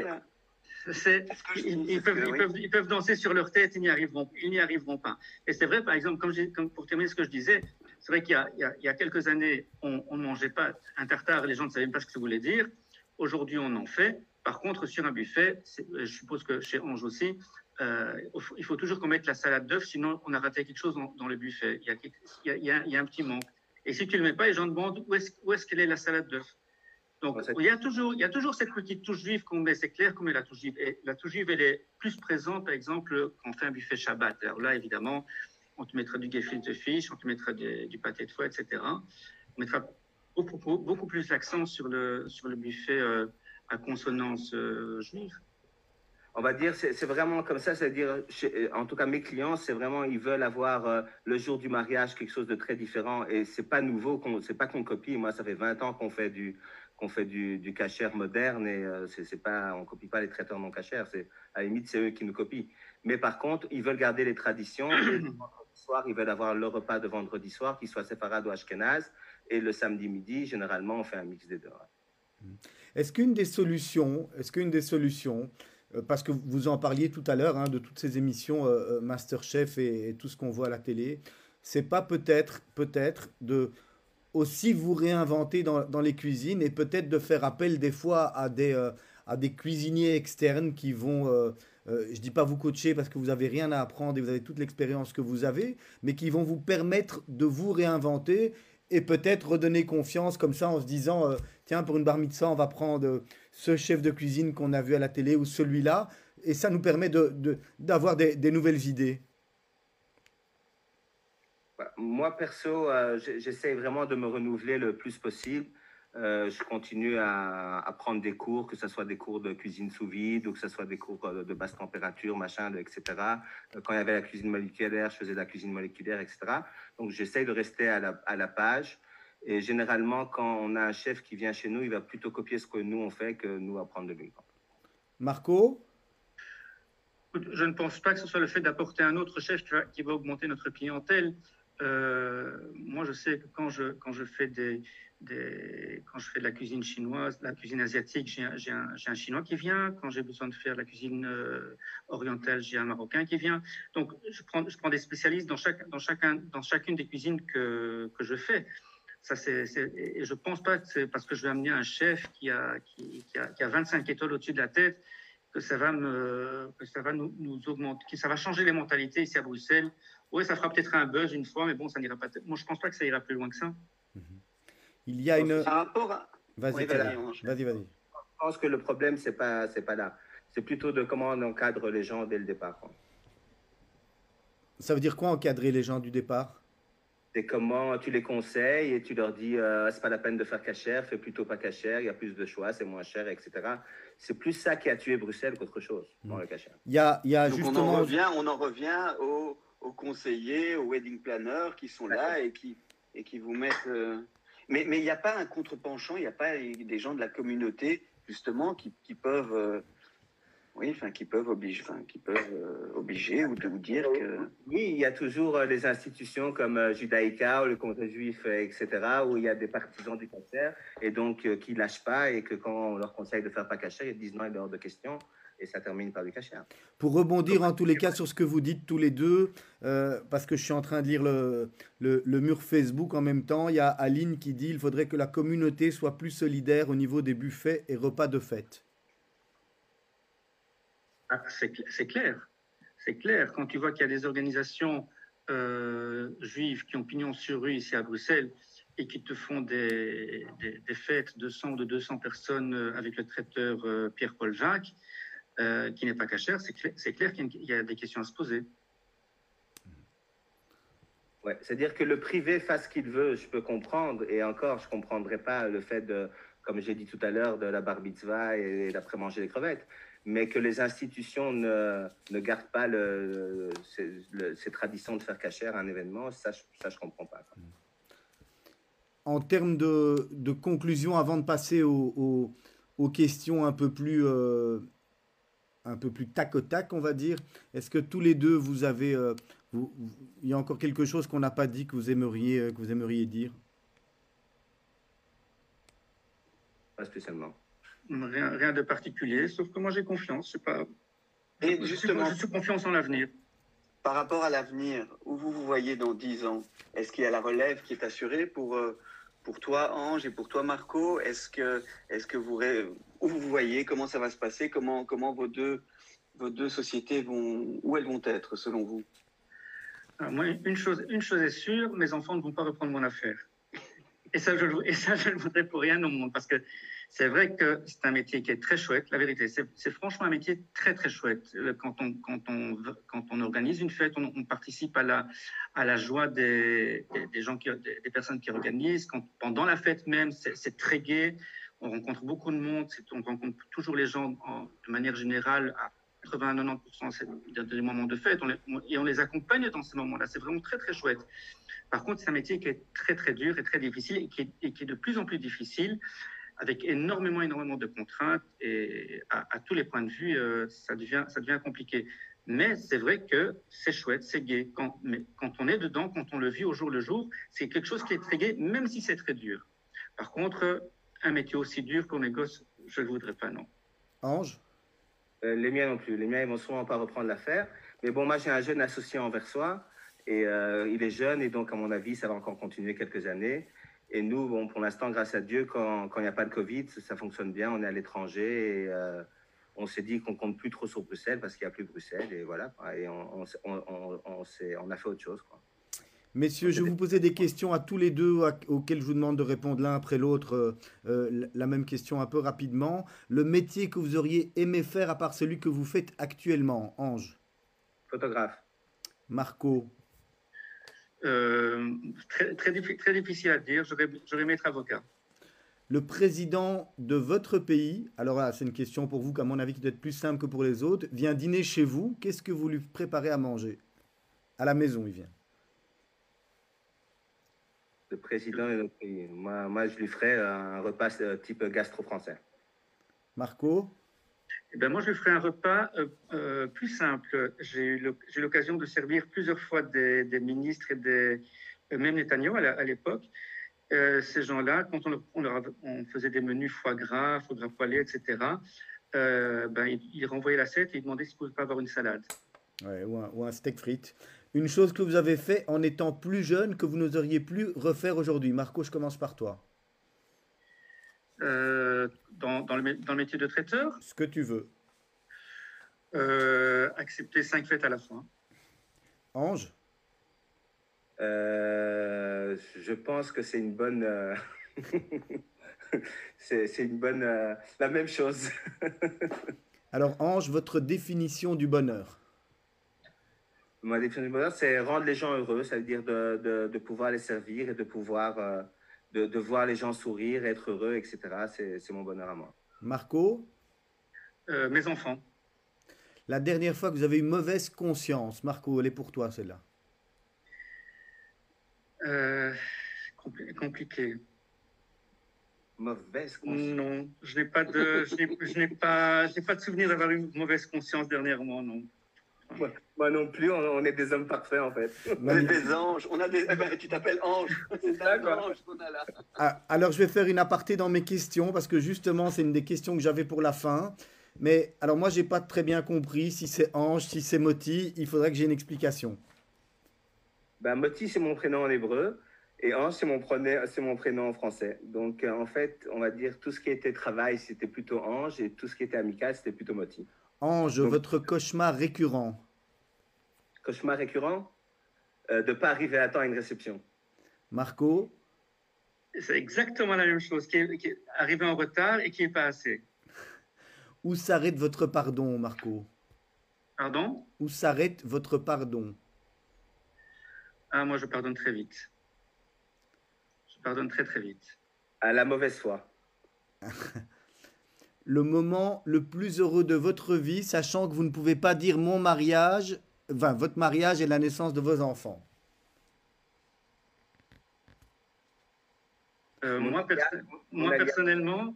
ils peuvent danser sur leur tête, ils n'y arriveront pas. Et c'est vrai, par exemple, pour terminer ce que je disais, c'est vrai qu'il y a quelques années, on ne mangeait pas un tartare et les gens ne savaient pas ce que ça voulait dire. Aujourd'hui, on en fait. Par contre, sur un buffet, je suppose que chez Ange aussi, il faut toujours qu'on mette la salade d'œuf, sinon on a raté quelque chose dans le buffet. Il y a un petit manque. Et si tu ne le mets pas, les gens demandent où est-ce qu'elle est la salade d'œuf. Donc, il y a toujours cette petite touche juive qu'on met, c'est clair qu'on met la touche juive. Et la touche juive, elle est plus présente, par exemple, quand on fait un buffet Shabbat. Alors là, évidemment, on te mettra du gefilte fish, on te mettra du pâté de foie, etc. On mettra beaucoup plus l'accent sur le buffet à consonance juive. On va dire, c'est vraiment comme ça, c'est-à-dire, en tout cas, mes clients, c'est vraiment, ils veulent avoir le jour du mariage quelque chose de très différent et c'est pas nouveau, c'est pas qu'on copie. Moi, ça fait 20 ans qu'on fait du cachère moderne et on copie pas les traiteurs non cachères, à la limite, c'est eux qui nous copient. Mais par contre, ils veulent garder les traditions et le vendredi soir, ils veulent avoir le repas de vendredi soir qui soit séparé ou ashkénaze et le samedi midi, généralement, on fait un mix des deux. Est-ce qu'une des solutions, parce que vous en parliez tout à l'heure, de toutes ces émissions Masterchef et tout ce qu'on voit à la télé, c'est pas peut-être de aussi vous réinventer dans les cuisines et peut-être de faire appel des fois à des cuisiniers externes qui vont, je dis pas vous coacher parce que vous avez rien à apprendre et vous avez toute l'expérience que vous avez, mais qui vont vous permettre de vous réinventer et peut-être redonner confiance comme ça en se disant tiens, pour une bar mitzvah, on va prendre ce chef de cuisine qu'on a vu à la télé ou celui-là, et ça nous permet d'avoir des nouvelles idées. Moi, perso, j'essaie vraiment de me renouveler le plus possible. Je continue à prendre des cours, que ce soit des cours de cuisine sous vide ou que ce soit des cours de basse température, machin, etc. Quand il y avait la cuisine moléculaire, je faisais de la cuisine moléculaire, etc. Donc, j'essaie de rester à la page. Et généralement, quand on a un chef qui vient chez nous, il va plutôt copier ce que nous, on fait que nous apprendre de lui. Marco? Je ne pense pas que ce soit le fait d'apporter un autre chef qui va augmenter notre clientèle. Moi, je sais que quand je fais quand je fais de la cuisine chinoise, de la cuisine asiatique, j'ai un Chinois qui vient. Quand j'ai besoin de faire de la cuisine orientale, j'ai un Marocain qui vient. Donc, je prends des spécialistes dans chacune des cuisines que je fais. Et je ne pense pas que c'est parce que je vais amener un chef qui a 25 étoiles au-dessus de la tête que ça va nous augmenter, que ça va changer les mentalités ici à Bruxelles. Oui, ça fera peut-être un buzz une fois, mais bon, ça n'ira pas. Moi, je ne pense pas que ça ira plus loin que ça. Il y a une... Par rapport à... Vas-y, Oui, Thierry. voilà. Vas-y. Je pense que le problème, c'est pas là. C'est plutôt de comment on encadre les gens dès le départ, quoi. Ça veut dire quoi encadrer les gens du départ? C'est comment tu les conseilles et tu leur dis c'est pas la peine de faire cachère, fais plutôt pas cachère, il y a plus de choix, c'est moins cher, etc. C'est plus ça qui a tué Bruxelles qu'autre chose dans le cachère. Il y a Donc justement... on en revient aux conseillers, aux wedding planners qui sont là et qui vous mettent. Mais il n'y a pas un contre-penchant, il n'y a pas des gens de la communauté justement qui peuvent. Qui peuvent obliger ou dire que... Oui, il y a toujours les institutions comme Judaïka ou le Conseil juif, etc., où il y a des partisans du cancer et donc qui ne lâchent pas et que quand on leur conseille de faire pas cachère, ils disent non, il est hors de question et ça termine par du cachère. Pour rebondir en tous les cas sur ce que vous dites tous les deux, parce que je suis en train de lire le mur Facebook en même temps, il y a Aline qui dit il faudrait que la communauté soit plus solidaire au niveau des buffets et repas de fête. Ah, c'est clair. C'est clair. Quand tu vois qu'il y a des organisations juives qui ont pignon sur rue ici à Bruxelles et qui te font des fêtes de 100 ou de 200 personnes avec le traiteur Pierre-Paul Jacques, qui n'est pas cachère, c'est clair qu'il y a des questions à se poser. Ouais, c'est-à-dire que le privé fasse ce qu'il veut, je peux comprendre, et encore, je ne comprendrais pas le fait de, comme j'ai dit tout à l'heure, de la bar mitzvah et d'après-manger les crevettes, mais que les institutions ne gardent pas ces traditions de faire cachère à un événement, ça je ne comprends pas, quoi. En termes de conclusion, avant de passer aux questions un peu plus tac au tac, on va dire, est-ce que tous les deux, vous avez... il y a encore quelque chose qu'on n'a pas dit que vous aimeriez dire? Pas spécialement. Rien de particulier, sauf que moi j'ai confiance. Et justement, je suis confiance en l'avenir. par rapport à l'avenir, où vous voyez dans 10 ans? Est-ce qu'il y a la relève qui est assurée pour toi, Ange, et pour toi, Marco? Où vous voyez, comment ça va se passer? Comment vos deux sociétés où elles vont être, selon vous? Alors, moi, une chose est sûre, mes enfants ne vont pas reprendre mon affaire. Et ça, je ne voudrais pour rien au monde, parce que c'est vrai que c'est un métier qui est très chouette, la vérité. C'est franchement un métier très, très chouette. Quand on organise une fête, on participe à la joie des personnes qui organisent. Pendant la fête même, c'est très gai. On rencontre beaucoup de monde. On rencontre toujours les gens de manière générale à 80-90% des moments de fête. Et on les accompagne dans ces moments-là. C'est vraiment très, très chouette. Par contre, c'est un métier qui est très, très dur et très difficile et qui est de plus en plus difficile, avec énormément de contraintes et à tous les points de vue, ça devient compliqué. Mais c'est vrai que c'est chouette, c'est gai. Mais quand on est dedans, quand on le vit au jour le jour, c'est quelque chose qui est très gai, même si c'est très dur. Par contre, un métier aussi dur pour mes gosses, je ne le voudrais pas, non. Ange? Les miens non plus. Les miens, ils vont sûrement pas reprendre l'affaire. Mais bon, moi, j'ai un jeune associé en Versoix et il est jeune et donc, à mon avis, ça va encore continuer quelques années. Et nous, bon, pour l'instant, grâce à Dieu, quand il n'y a pas de Covid, ça fonctionne bien. On est à l'étranger et on s'est dit qu'on compte plus trop sur Bruxelles parce qu'il n'y a plus Bruxelles et voilà. Et on a fait autre chose, quoi. Messieurs, je vais vous poser des questions à tous les deux auxquelles je vous demande de répondre l'un après l'autre la même question un peu rapidement. Le métier que vous auriez aimé faire à part celui que vous faites actuellement, Ange? Photographe. Marco? Très difficile à dire. J'aurais aimé être avocat. Le président de votre pays, alors là, c'est une question pour vous qu'à mon avis qui doit être plus simple que pour les autres, vient dîner chez vous. Qu'est-ce que vous lui préparez à manger? À la maison, il vient. Le président de notre pays. Moi, je lui ferais un repas type gastro-français. Marco? Eh ben, moi, je lui ferai un repas plus simple. J'ai eu l'occasion de servir plusieurs fois des ministres et même Netanyahu à l'époque. Ces gens-là, quand on faisait des menus foie gras poêlé, etc., ils renvoyaient l'assiette et ils demandaient s'ils ne pouvaient pas avoir une salade. Ouais, ou un steak frites. Une chose que vous avez fait en étant plus jeune que vous n'oseriez plus refaire aujourd'hui. Marco, je commence par toi. Dans le métier de traiteur, Ce que tu veux. accepter 5 fêtes à la fois. Ange? Je pense que c'est une bonne. C'est une bonne. La même chose. Alors, Ange, votre définition du bonheur? Ma définition du bonheur, c'est rendre les gens heureux, ça veut dire de pouvoir les servir et de pouvoir de voir les gens sourire, être heureux, etc. C'est mon bonheur à moi. Marco? Mes enfants. La dernière fois que vous avez eu mauvaise conscience, Marco, elle est pour toi celle-là. Compliqué. Mauvaise conscience. Non, je n'ai pas de souvenir d'avoir eu une mauvaise conscience dernièrement, non. Moi non plus, on est des hommes parfaits en fait. On est des anges. Tu t'appelles Ange. C'est un ange qu'on a là. Ah, alors, je vais faire une aparté dans mes questions parce que justement, c'est une des questions que j'avais pour la fin. Mais alors, moi, j'ai pas très bien compris si c'est Ange, si c'est Moti. Il faudrait que j'ai une explication. Moti, c'est mon prénom en hébreu et Ange, c'est mon prénom en français. Donc, en fait, on va dire tout ce qui était travail, c'était plutôt Ange et tout ce qui était amical, c'était plutôt Moti. Ange, Donc, votre cauchemar récurrent? cauchemar récurrent, de ne pas arriver à temps à une réception. Marco? C'est exactement la même chose, qui est arrivé en retard et qui n'est pas assez. Où s'arrête votre pardon, Marco? Pardon? Où s'arrête votre pardon? Ah, moi, je pardonne très vite. Je pardonne très, très vite. À la mauvaise foi. Le moment le plus heureux de votre vie, sachant que vous ne pouvez pas dire mon mariage, enfin votre mariage et la naissance de vos enfants. Personnellement,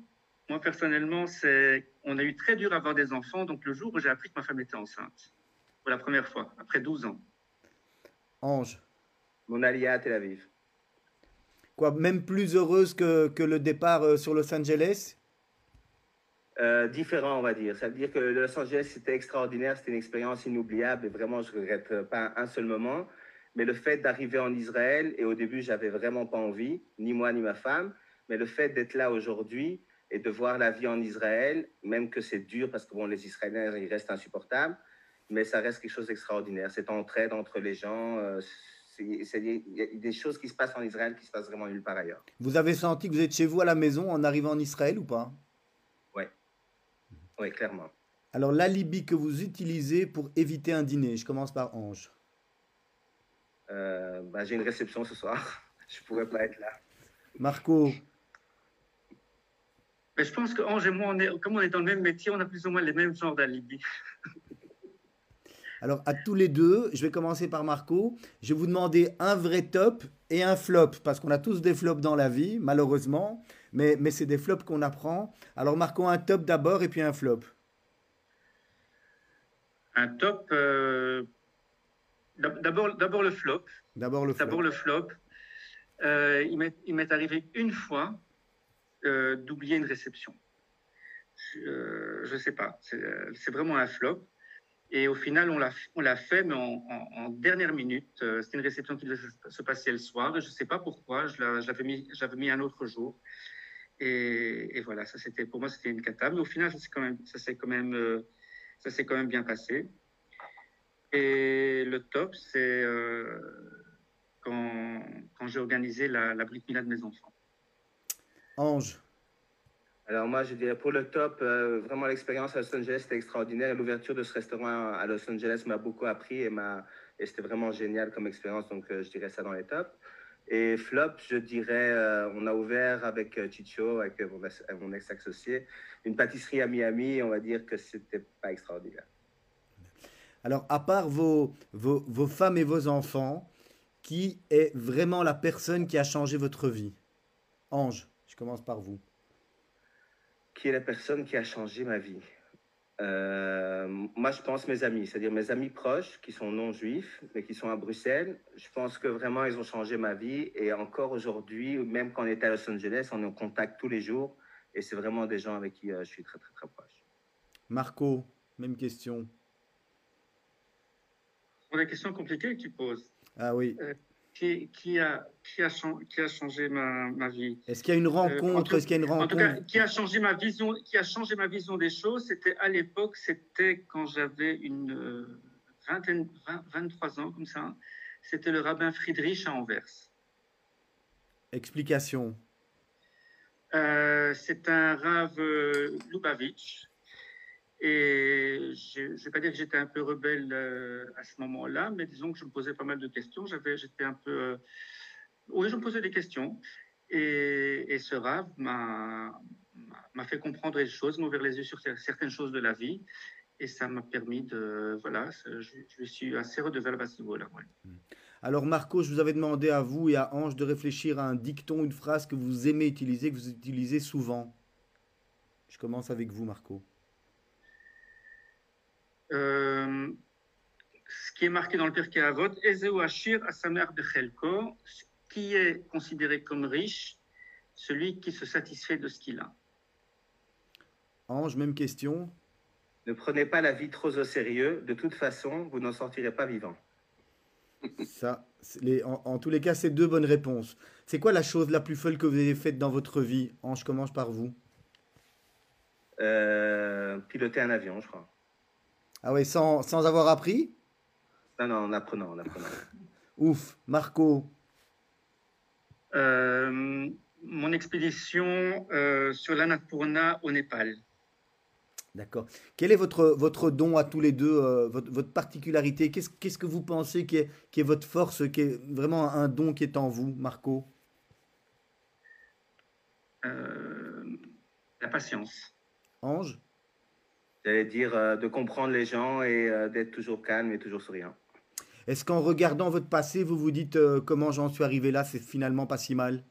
on a eu très dur à avoir des enfants, donc le jour où j'ai appris que ma femme était enceinte, pour la première fois, après 12 ans. Ange? Mon alia à Tel Aviv. Quoi, même plus heureuse que le départ sur Los Angeles? Différent, on va dire. Ça veut dire que Los Angeles, c'était extraordinaire, c'était une expérience inoubliable et vraiment, je ne regrette pas un seul moment. Mais le fait d'arriver en Israël, et au début, j'avais vraiment pas envie, ni moi ni ma femme, mais le fait d'être là aujourd'hui et de voir la vie en Israël, même que c'est dur parce que bon, les Israéliens, ils restent insupportables, mais ça reste quelque chose d'extraordinaire. Cette entraide entre les gens, il y a des choses qui se passent en Israël qui se passent vraiment nulle part ailleurs. Vous avez senti que vous êtes chez vous à la maison en arrivant en Israël ou pas? Oui, clairement. Alors, l'alibi que vous utilisez pour éviter un dîner, je commence par Ange. J'ai une réception ce soir. Je ne pourrais pas être là. Marco? Mais je pense que Ange et moi, comme on est dans le même métier, on a plus ou moins les mêmes genres d'alibis. Alors, à tous les deux, je vais commencer par Marco. Je vais vous demander un vrai top et un flop, parce qu'on a tous des flops dans la vie, malheureusement, mais c'est des flops qu'on apprend. Alors, Marco, un top d'abord et puis un flop. Un top, d'abord le flop. D'abord le flop. D'abord le flop. Il m'est arrivé une fois d'oublier une réception. Je ne sais pas, c'est vraiment un flop. Et au final, on l'a fait, mais en dernière minute. C'était une réception qui devait se passer le soir. Je ne sais pas pourquoi. J'avais mis un autre jour. Et voilà, pour moi, c'était une cata. Mais au final, ça s'est quand même bien passé. Et le top, c'est quand j'ai organisé la Brit Mila de mes enfants. Ange? Alors moi, je dirais pour le top, vraiment l'expérience à Los Angeles, c'était extraordinaire. L'ouverture de ce restaurant à Los Angeles m'a beaucoup appris et c'était vraiment génial comme expérience. Donc, je dirais ça dans les tops. Et flop, je dirais, on a ouvert avec Chicho, avec mon ex-associé, une pâtisserie à Miami. On va dire que c'était pas extraordinaire. Alors, à part vos femmes et vos enfants, qui est vraiment la personne qui a changé votre vie? Ange, je commence par vous. Qui est la personne qui a changé ma vie? Moi, je pense mes amis, c'est-à-dire mes amis proches qui sont non juifs, mais qui sont à Bruxelles. Je pense que vraiment, ils ont changé ma vie. Et encore aujourd'hui, même quand on était à Los Angeles, on est en contact tous les jours. Et c'est vraiment des gens avec qui je suis très, très, très proche. Marco, même question. Pour les questions compliquées que tu poses, Ah oui. Qui a changé ma vie? Est-ce qu'il y a une rencontre? Est-ce qu'il y a une En tout rencontre? cas, qui a changé ma vision des choses, c'était à l'époque, c'était quand j'avais une 23 ans, comme ça. C'était le rabbin Friedrich à Anvers. Explication. C'est un Rav Lubavitch. Et je ne vais pas dire que j'étais un peu rebelle à ce moment-là, mais disons que je me posais pas mal de questions. J'étais un peu... oui, je me posais des questions. Et ce Rav m'a fait comprendre les choses, m'a ouvert les yeux sur certaines choses de la vie. Et ça m'a permis de... Voilà, je suis assez redevable à ce niveau-là. Ouais. Alors Marco, je vous avais demandé à vous et à Ange de réfléchir à un dicton, une phrase que vous aimez utiliser, que vous utilisez souvent. Je commence avec vous, Marco. Ce qui est marqué dans le Pirkei Avot, Ezeu Ashir Asamer Bechelko, ce qui est considéré comme riche, celui qui se satisfait de ce qu'il a. Ange, même question. Ne prenez pas la vie trop au sérieux. De toute façon, vous n'en sortirez pas vivant. Ça, en tous les cas, c'est deux bonnes réponses. C'est quoi la chose la plus folle que vous avez faite dans votre vie? Ange, commence par vous. Piloter un avion, je crois. Ah ouais, sans avoir appris? Non, en apprenant. Ouf, Marco. Mon expédition sur l'Annapurna au Népal. D'accord. Quel est votre don à tous les deux, votre particularité? Qu'est-ce que vous pensez qui est votre force, qui est vraiment un don qui est en vous, Marco? La patience. Ange? J'allais dire de comprendre les gens et d'être toujours calme et toujours souriant. Est-ce qu'en regardant votre passé, vous vous dites comment j'en suis arrivé là, c'est finalement pas si mal?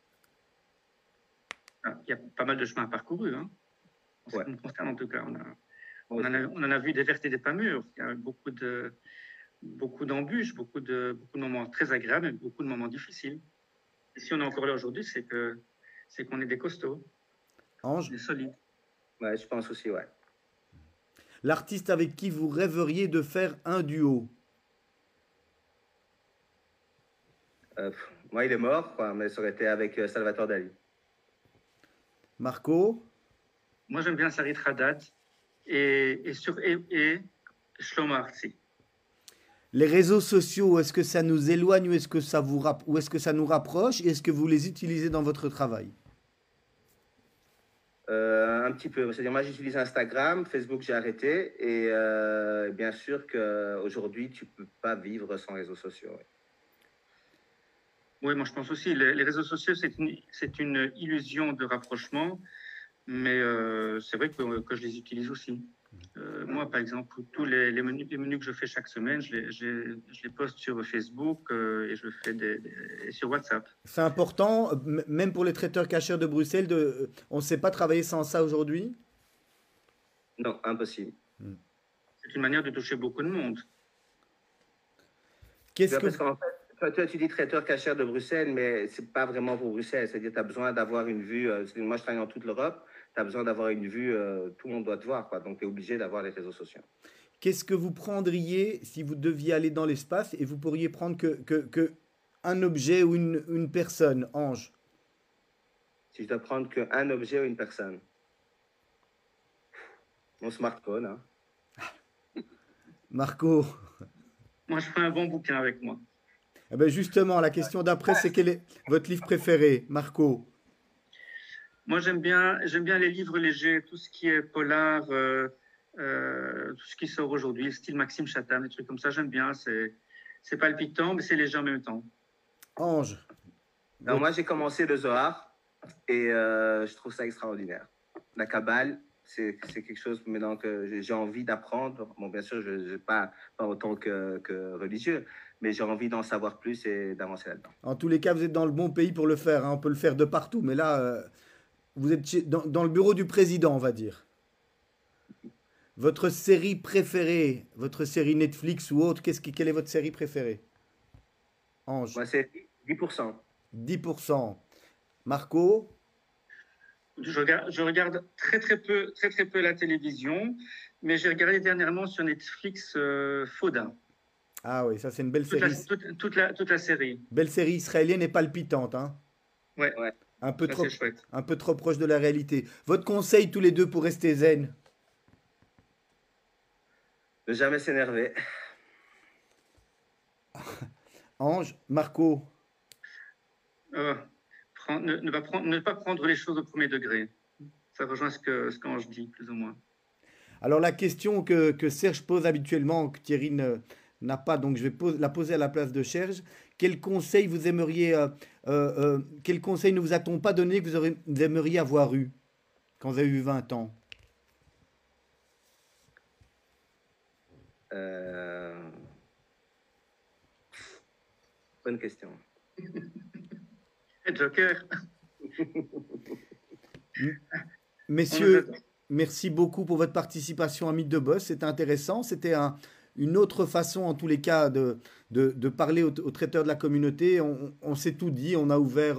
Il y a pas mal de chemin parcouru, hein. En ce qui me concerne, en tout cas, on en a vu des vertes et des pas mûres. Il y a beaucoup d'embûches, beaucoup de moments très agréables et beaucoup de moments difficiles. Et si on est encore là aujourd'hui, c'est qu'on est des costauds, Ange? des solides. Ouais, je pense aussi, ouais. L'artiste avec qui vous rêveriez de faire un duo? Moi, il est mort, quoi, mais ça aurait été avec Salvatore Dali. Marco? Moi, j'aime bien Sarit Haddad et Shlomo Artzi. Les réseaux sociaux, est-ce que ça nous éloigne ou est-ce que ça nous rapproche? Est-ce que vous les utilisez dans votre travail? Un petit peu. C'est-à-dire, moi, j'utilise Instagram, Facebook, j'ai arrêté. Et bien sûr qu'aujourd'hui, tu ne peux pas vivre sans réseaux sociaux. Ouais. Oui, moi, je pense aussi. Les réseaux sociaux, c'est une illusion de rapprochement. Mais c'est vrai que je les utilise aussi. Moi, par exemple, tous les menus que je fais chaque semaine, je les poste sur Facebook et je le fais et sur WhatsApp. C'est important, même pour les traiteurs cachers de Bruxelles, on ne sait pas travailler sans ça aujourd'hui? Non, impossible. C'est une manière de toucher beaucoup de monde. Parce qu'en fait, toi, tu dis traiteur cachère de Bruxelles, mais ce n'est pas vraiment pour Bruxelles. C'est-à-dire que tu as besoin d'avoir une vue. Moi, je travaille dans toute l'Europe. Tu as besoin d'avoir une vue. Tout le monde doit te voir, quoi. Donc, tu es obligé d'avoir les réseaux sociaux. Qu'est-ce que vous prendriez si vous deviez aller dans l'espace et vous pourriez prendre que un objet ou une personne, Ange? Si je dois prendre qu'un objet ou une personne? Mon smartphone, hein. Marco? Moi, je ferai un bon bouquin avec moi. Eh ben justement, la question d'après, c'est quel est votre livre préféré, Marco? Moi, j'aime bien les livres légers, tout ce qui est polar, tout ce qui sort aujourd'hui, style Maxime Chatham, des trucs comme ça, j'aime bien. C'est palpitant, mais c'est léger en même temps. Ange? Alors, moi, j'ai commencé le Zohar et je trouve ça extraordinaire. La Kabbale, c'est quelque chose maintenant que j'ai envie d'apprendre. Bon, bien sûr, je ne pas autant que religieux, mais j'ai envie d'en savoir plus et d'avancer là-dedans. En tous les cas, vous êtes dans le bon pays pour le faire, hein. On peut le faire de partout, mais là, vous êtes dans le bureau du président, on va dire. Votre série préférée, votre série Netflix ou autre, quelle est votre série préférée? Ange, Moi, c'est 10%. 10%. Marco? Je regarde très très peu la télévision, mais j'ai regardé dernièrement sur Netflix Fauda, Ah oui, ça c'est une belle série. toute la série. Belle série israélienne et palpitante, hein. Ouais, Ouais. Un peu ça trop, c'est chouette. un peu trop proche de la réalité. Votre conseil tous les deux pour rester zen? Ne jamais s'énerver. Ange, Marco? Euh, ne pas prendre les choses au premier degré. Ça rejoint ce qu'Ange dit, plus ou moins. Alors la question que Serge pose habituellement, que Thierry n'a pas, donc je vais la poser à la place de Serge. Quel conseil vous aimeriez, quel conseil ne vous a-t-on pas donné que vous aimeriez avoir eu quand vous avez eu 20 ans? Bonne question. Et Joker, M- on nous Messieurs, attend. merci beaucoup pour votre participation à Mythe de Boss. C'était intéressant. C'était une autre façon, en tous les cas, de parler aux traiteurs de la communauté. On s'est tout dit. On a ouvert.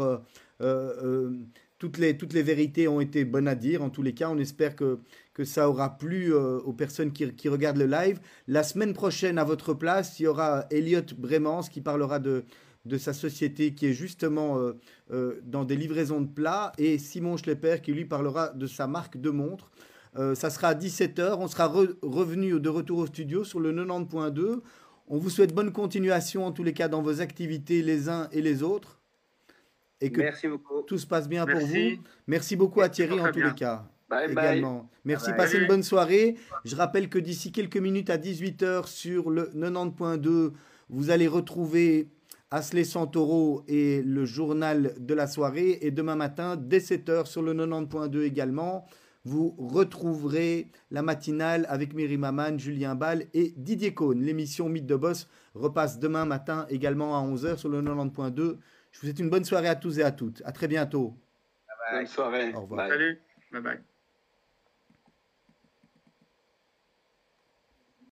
Toutes les vérités ont été bonnes à dire. En tous les cas, on espère que ça aura plu aux personnes qui regardent le live. La semaine prochaine, à votre place, il y aura Elliot Bremans qui parlera de sa société qui est justement dans des livraisons de plats et Simon Schlepper qui lui parlera de sa marque de montres. Ça sera à 17 heures. On sera revenu de retour au studio sur le 90.2. On vous souhaite bonne continuation en tous les cas dans vos activités les uns et les autres et que Merci beaucoup. tout se passe bien pour vous. Merci. Merci beaucoup à Thierry en Très tous bien. les cas. Bye bye. Également. Merci, Bye bye. passez une Salut. bonne soirée. Je rappelle que d'ici quelques minutes à 18 heures sur le 90.2, vous allez retrouver Asley Santoro et le journal de la soirée. Et demain matin, dès 7 heures sur le 90.2 également, vous retrouverez la matinale avec Myri Maman, Julien Ball et Didier Cohn. L'émission Mythe de Boss repasse demain matin également à 11 heures sur le 90.2. Je vous souhaite une bonne soirée à tous et à toutes. À très bientôt. Bonne soirée. Au revoir. Bye. Salut. Bye bye.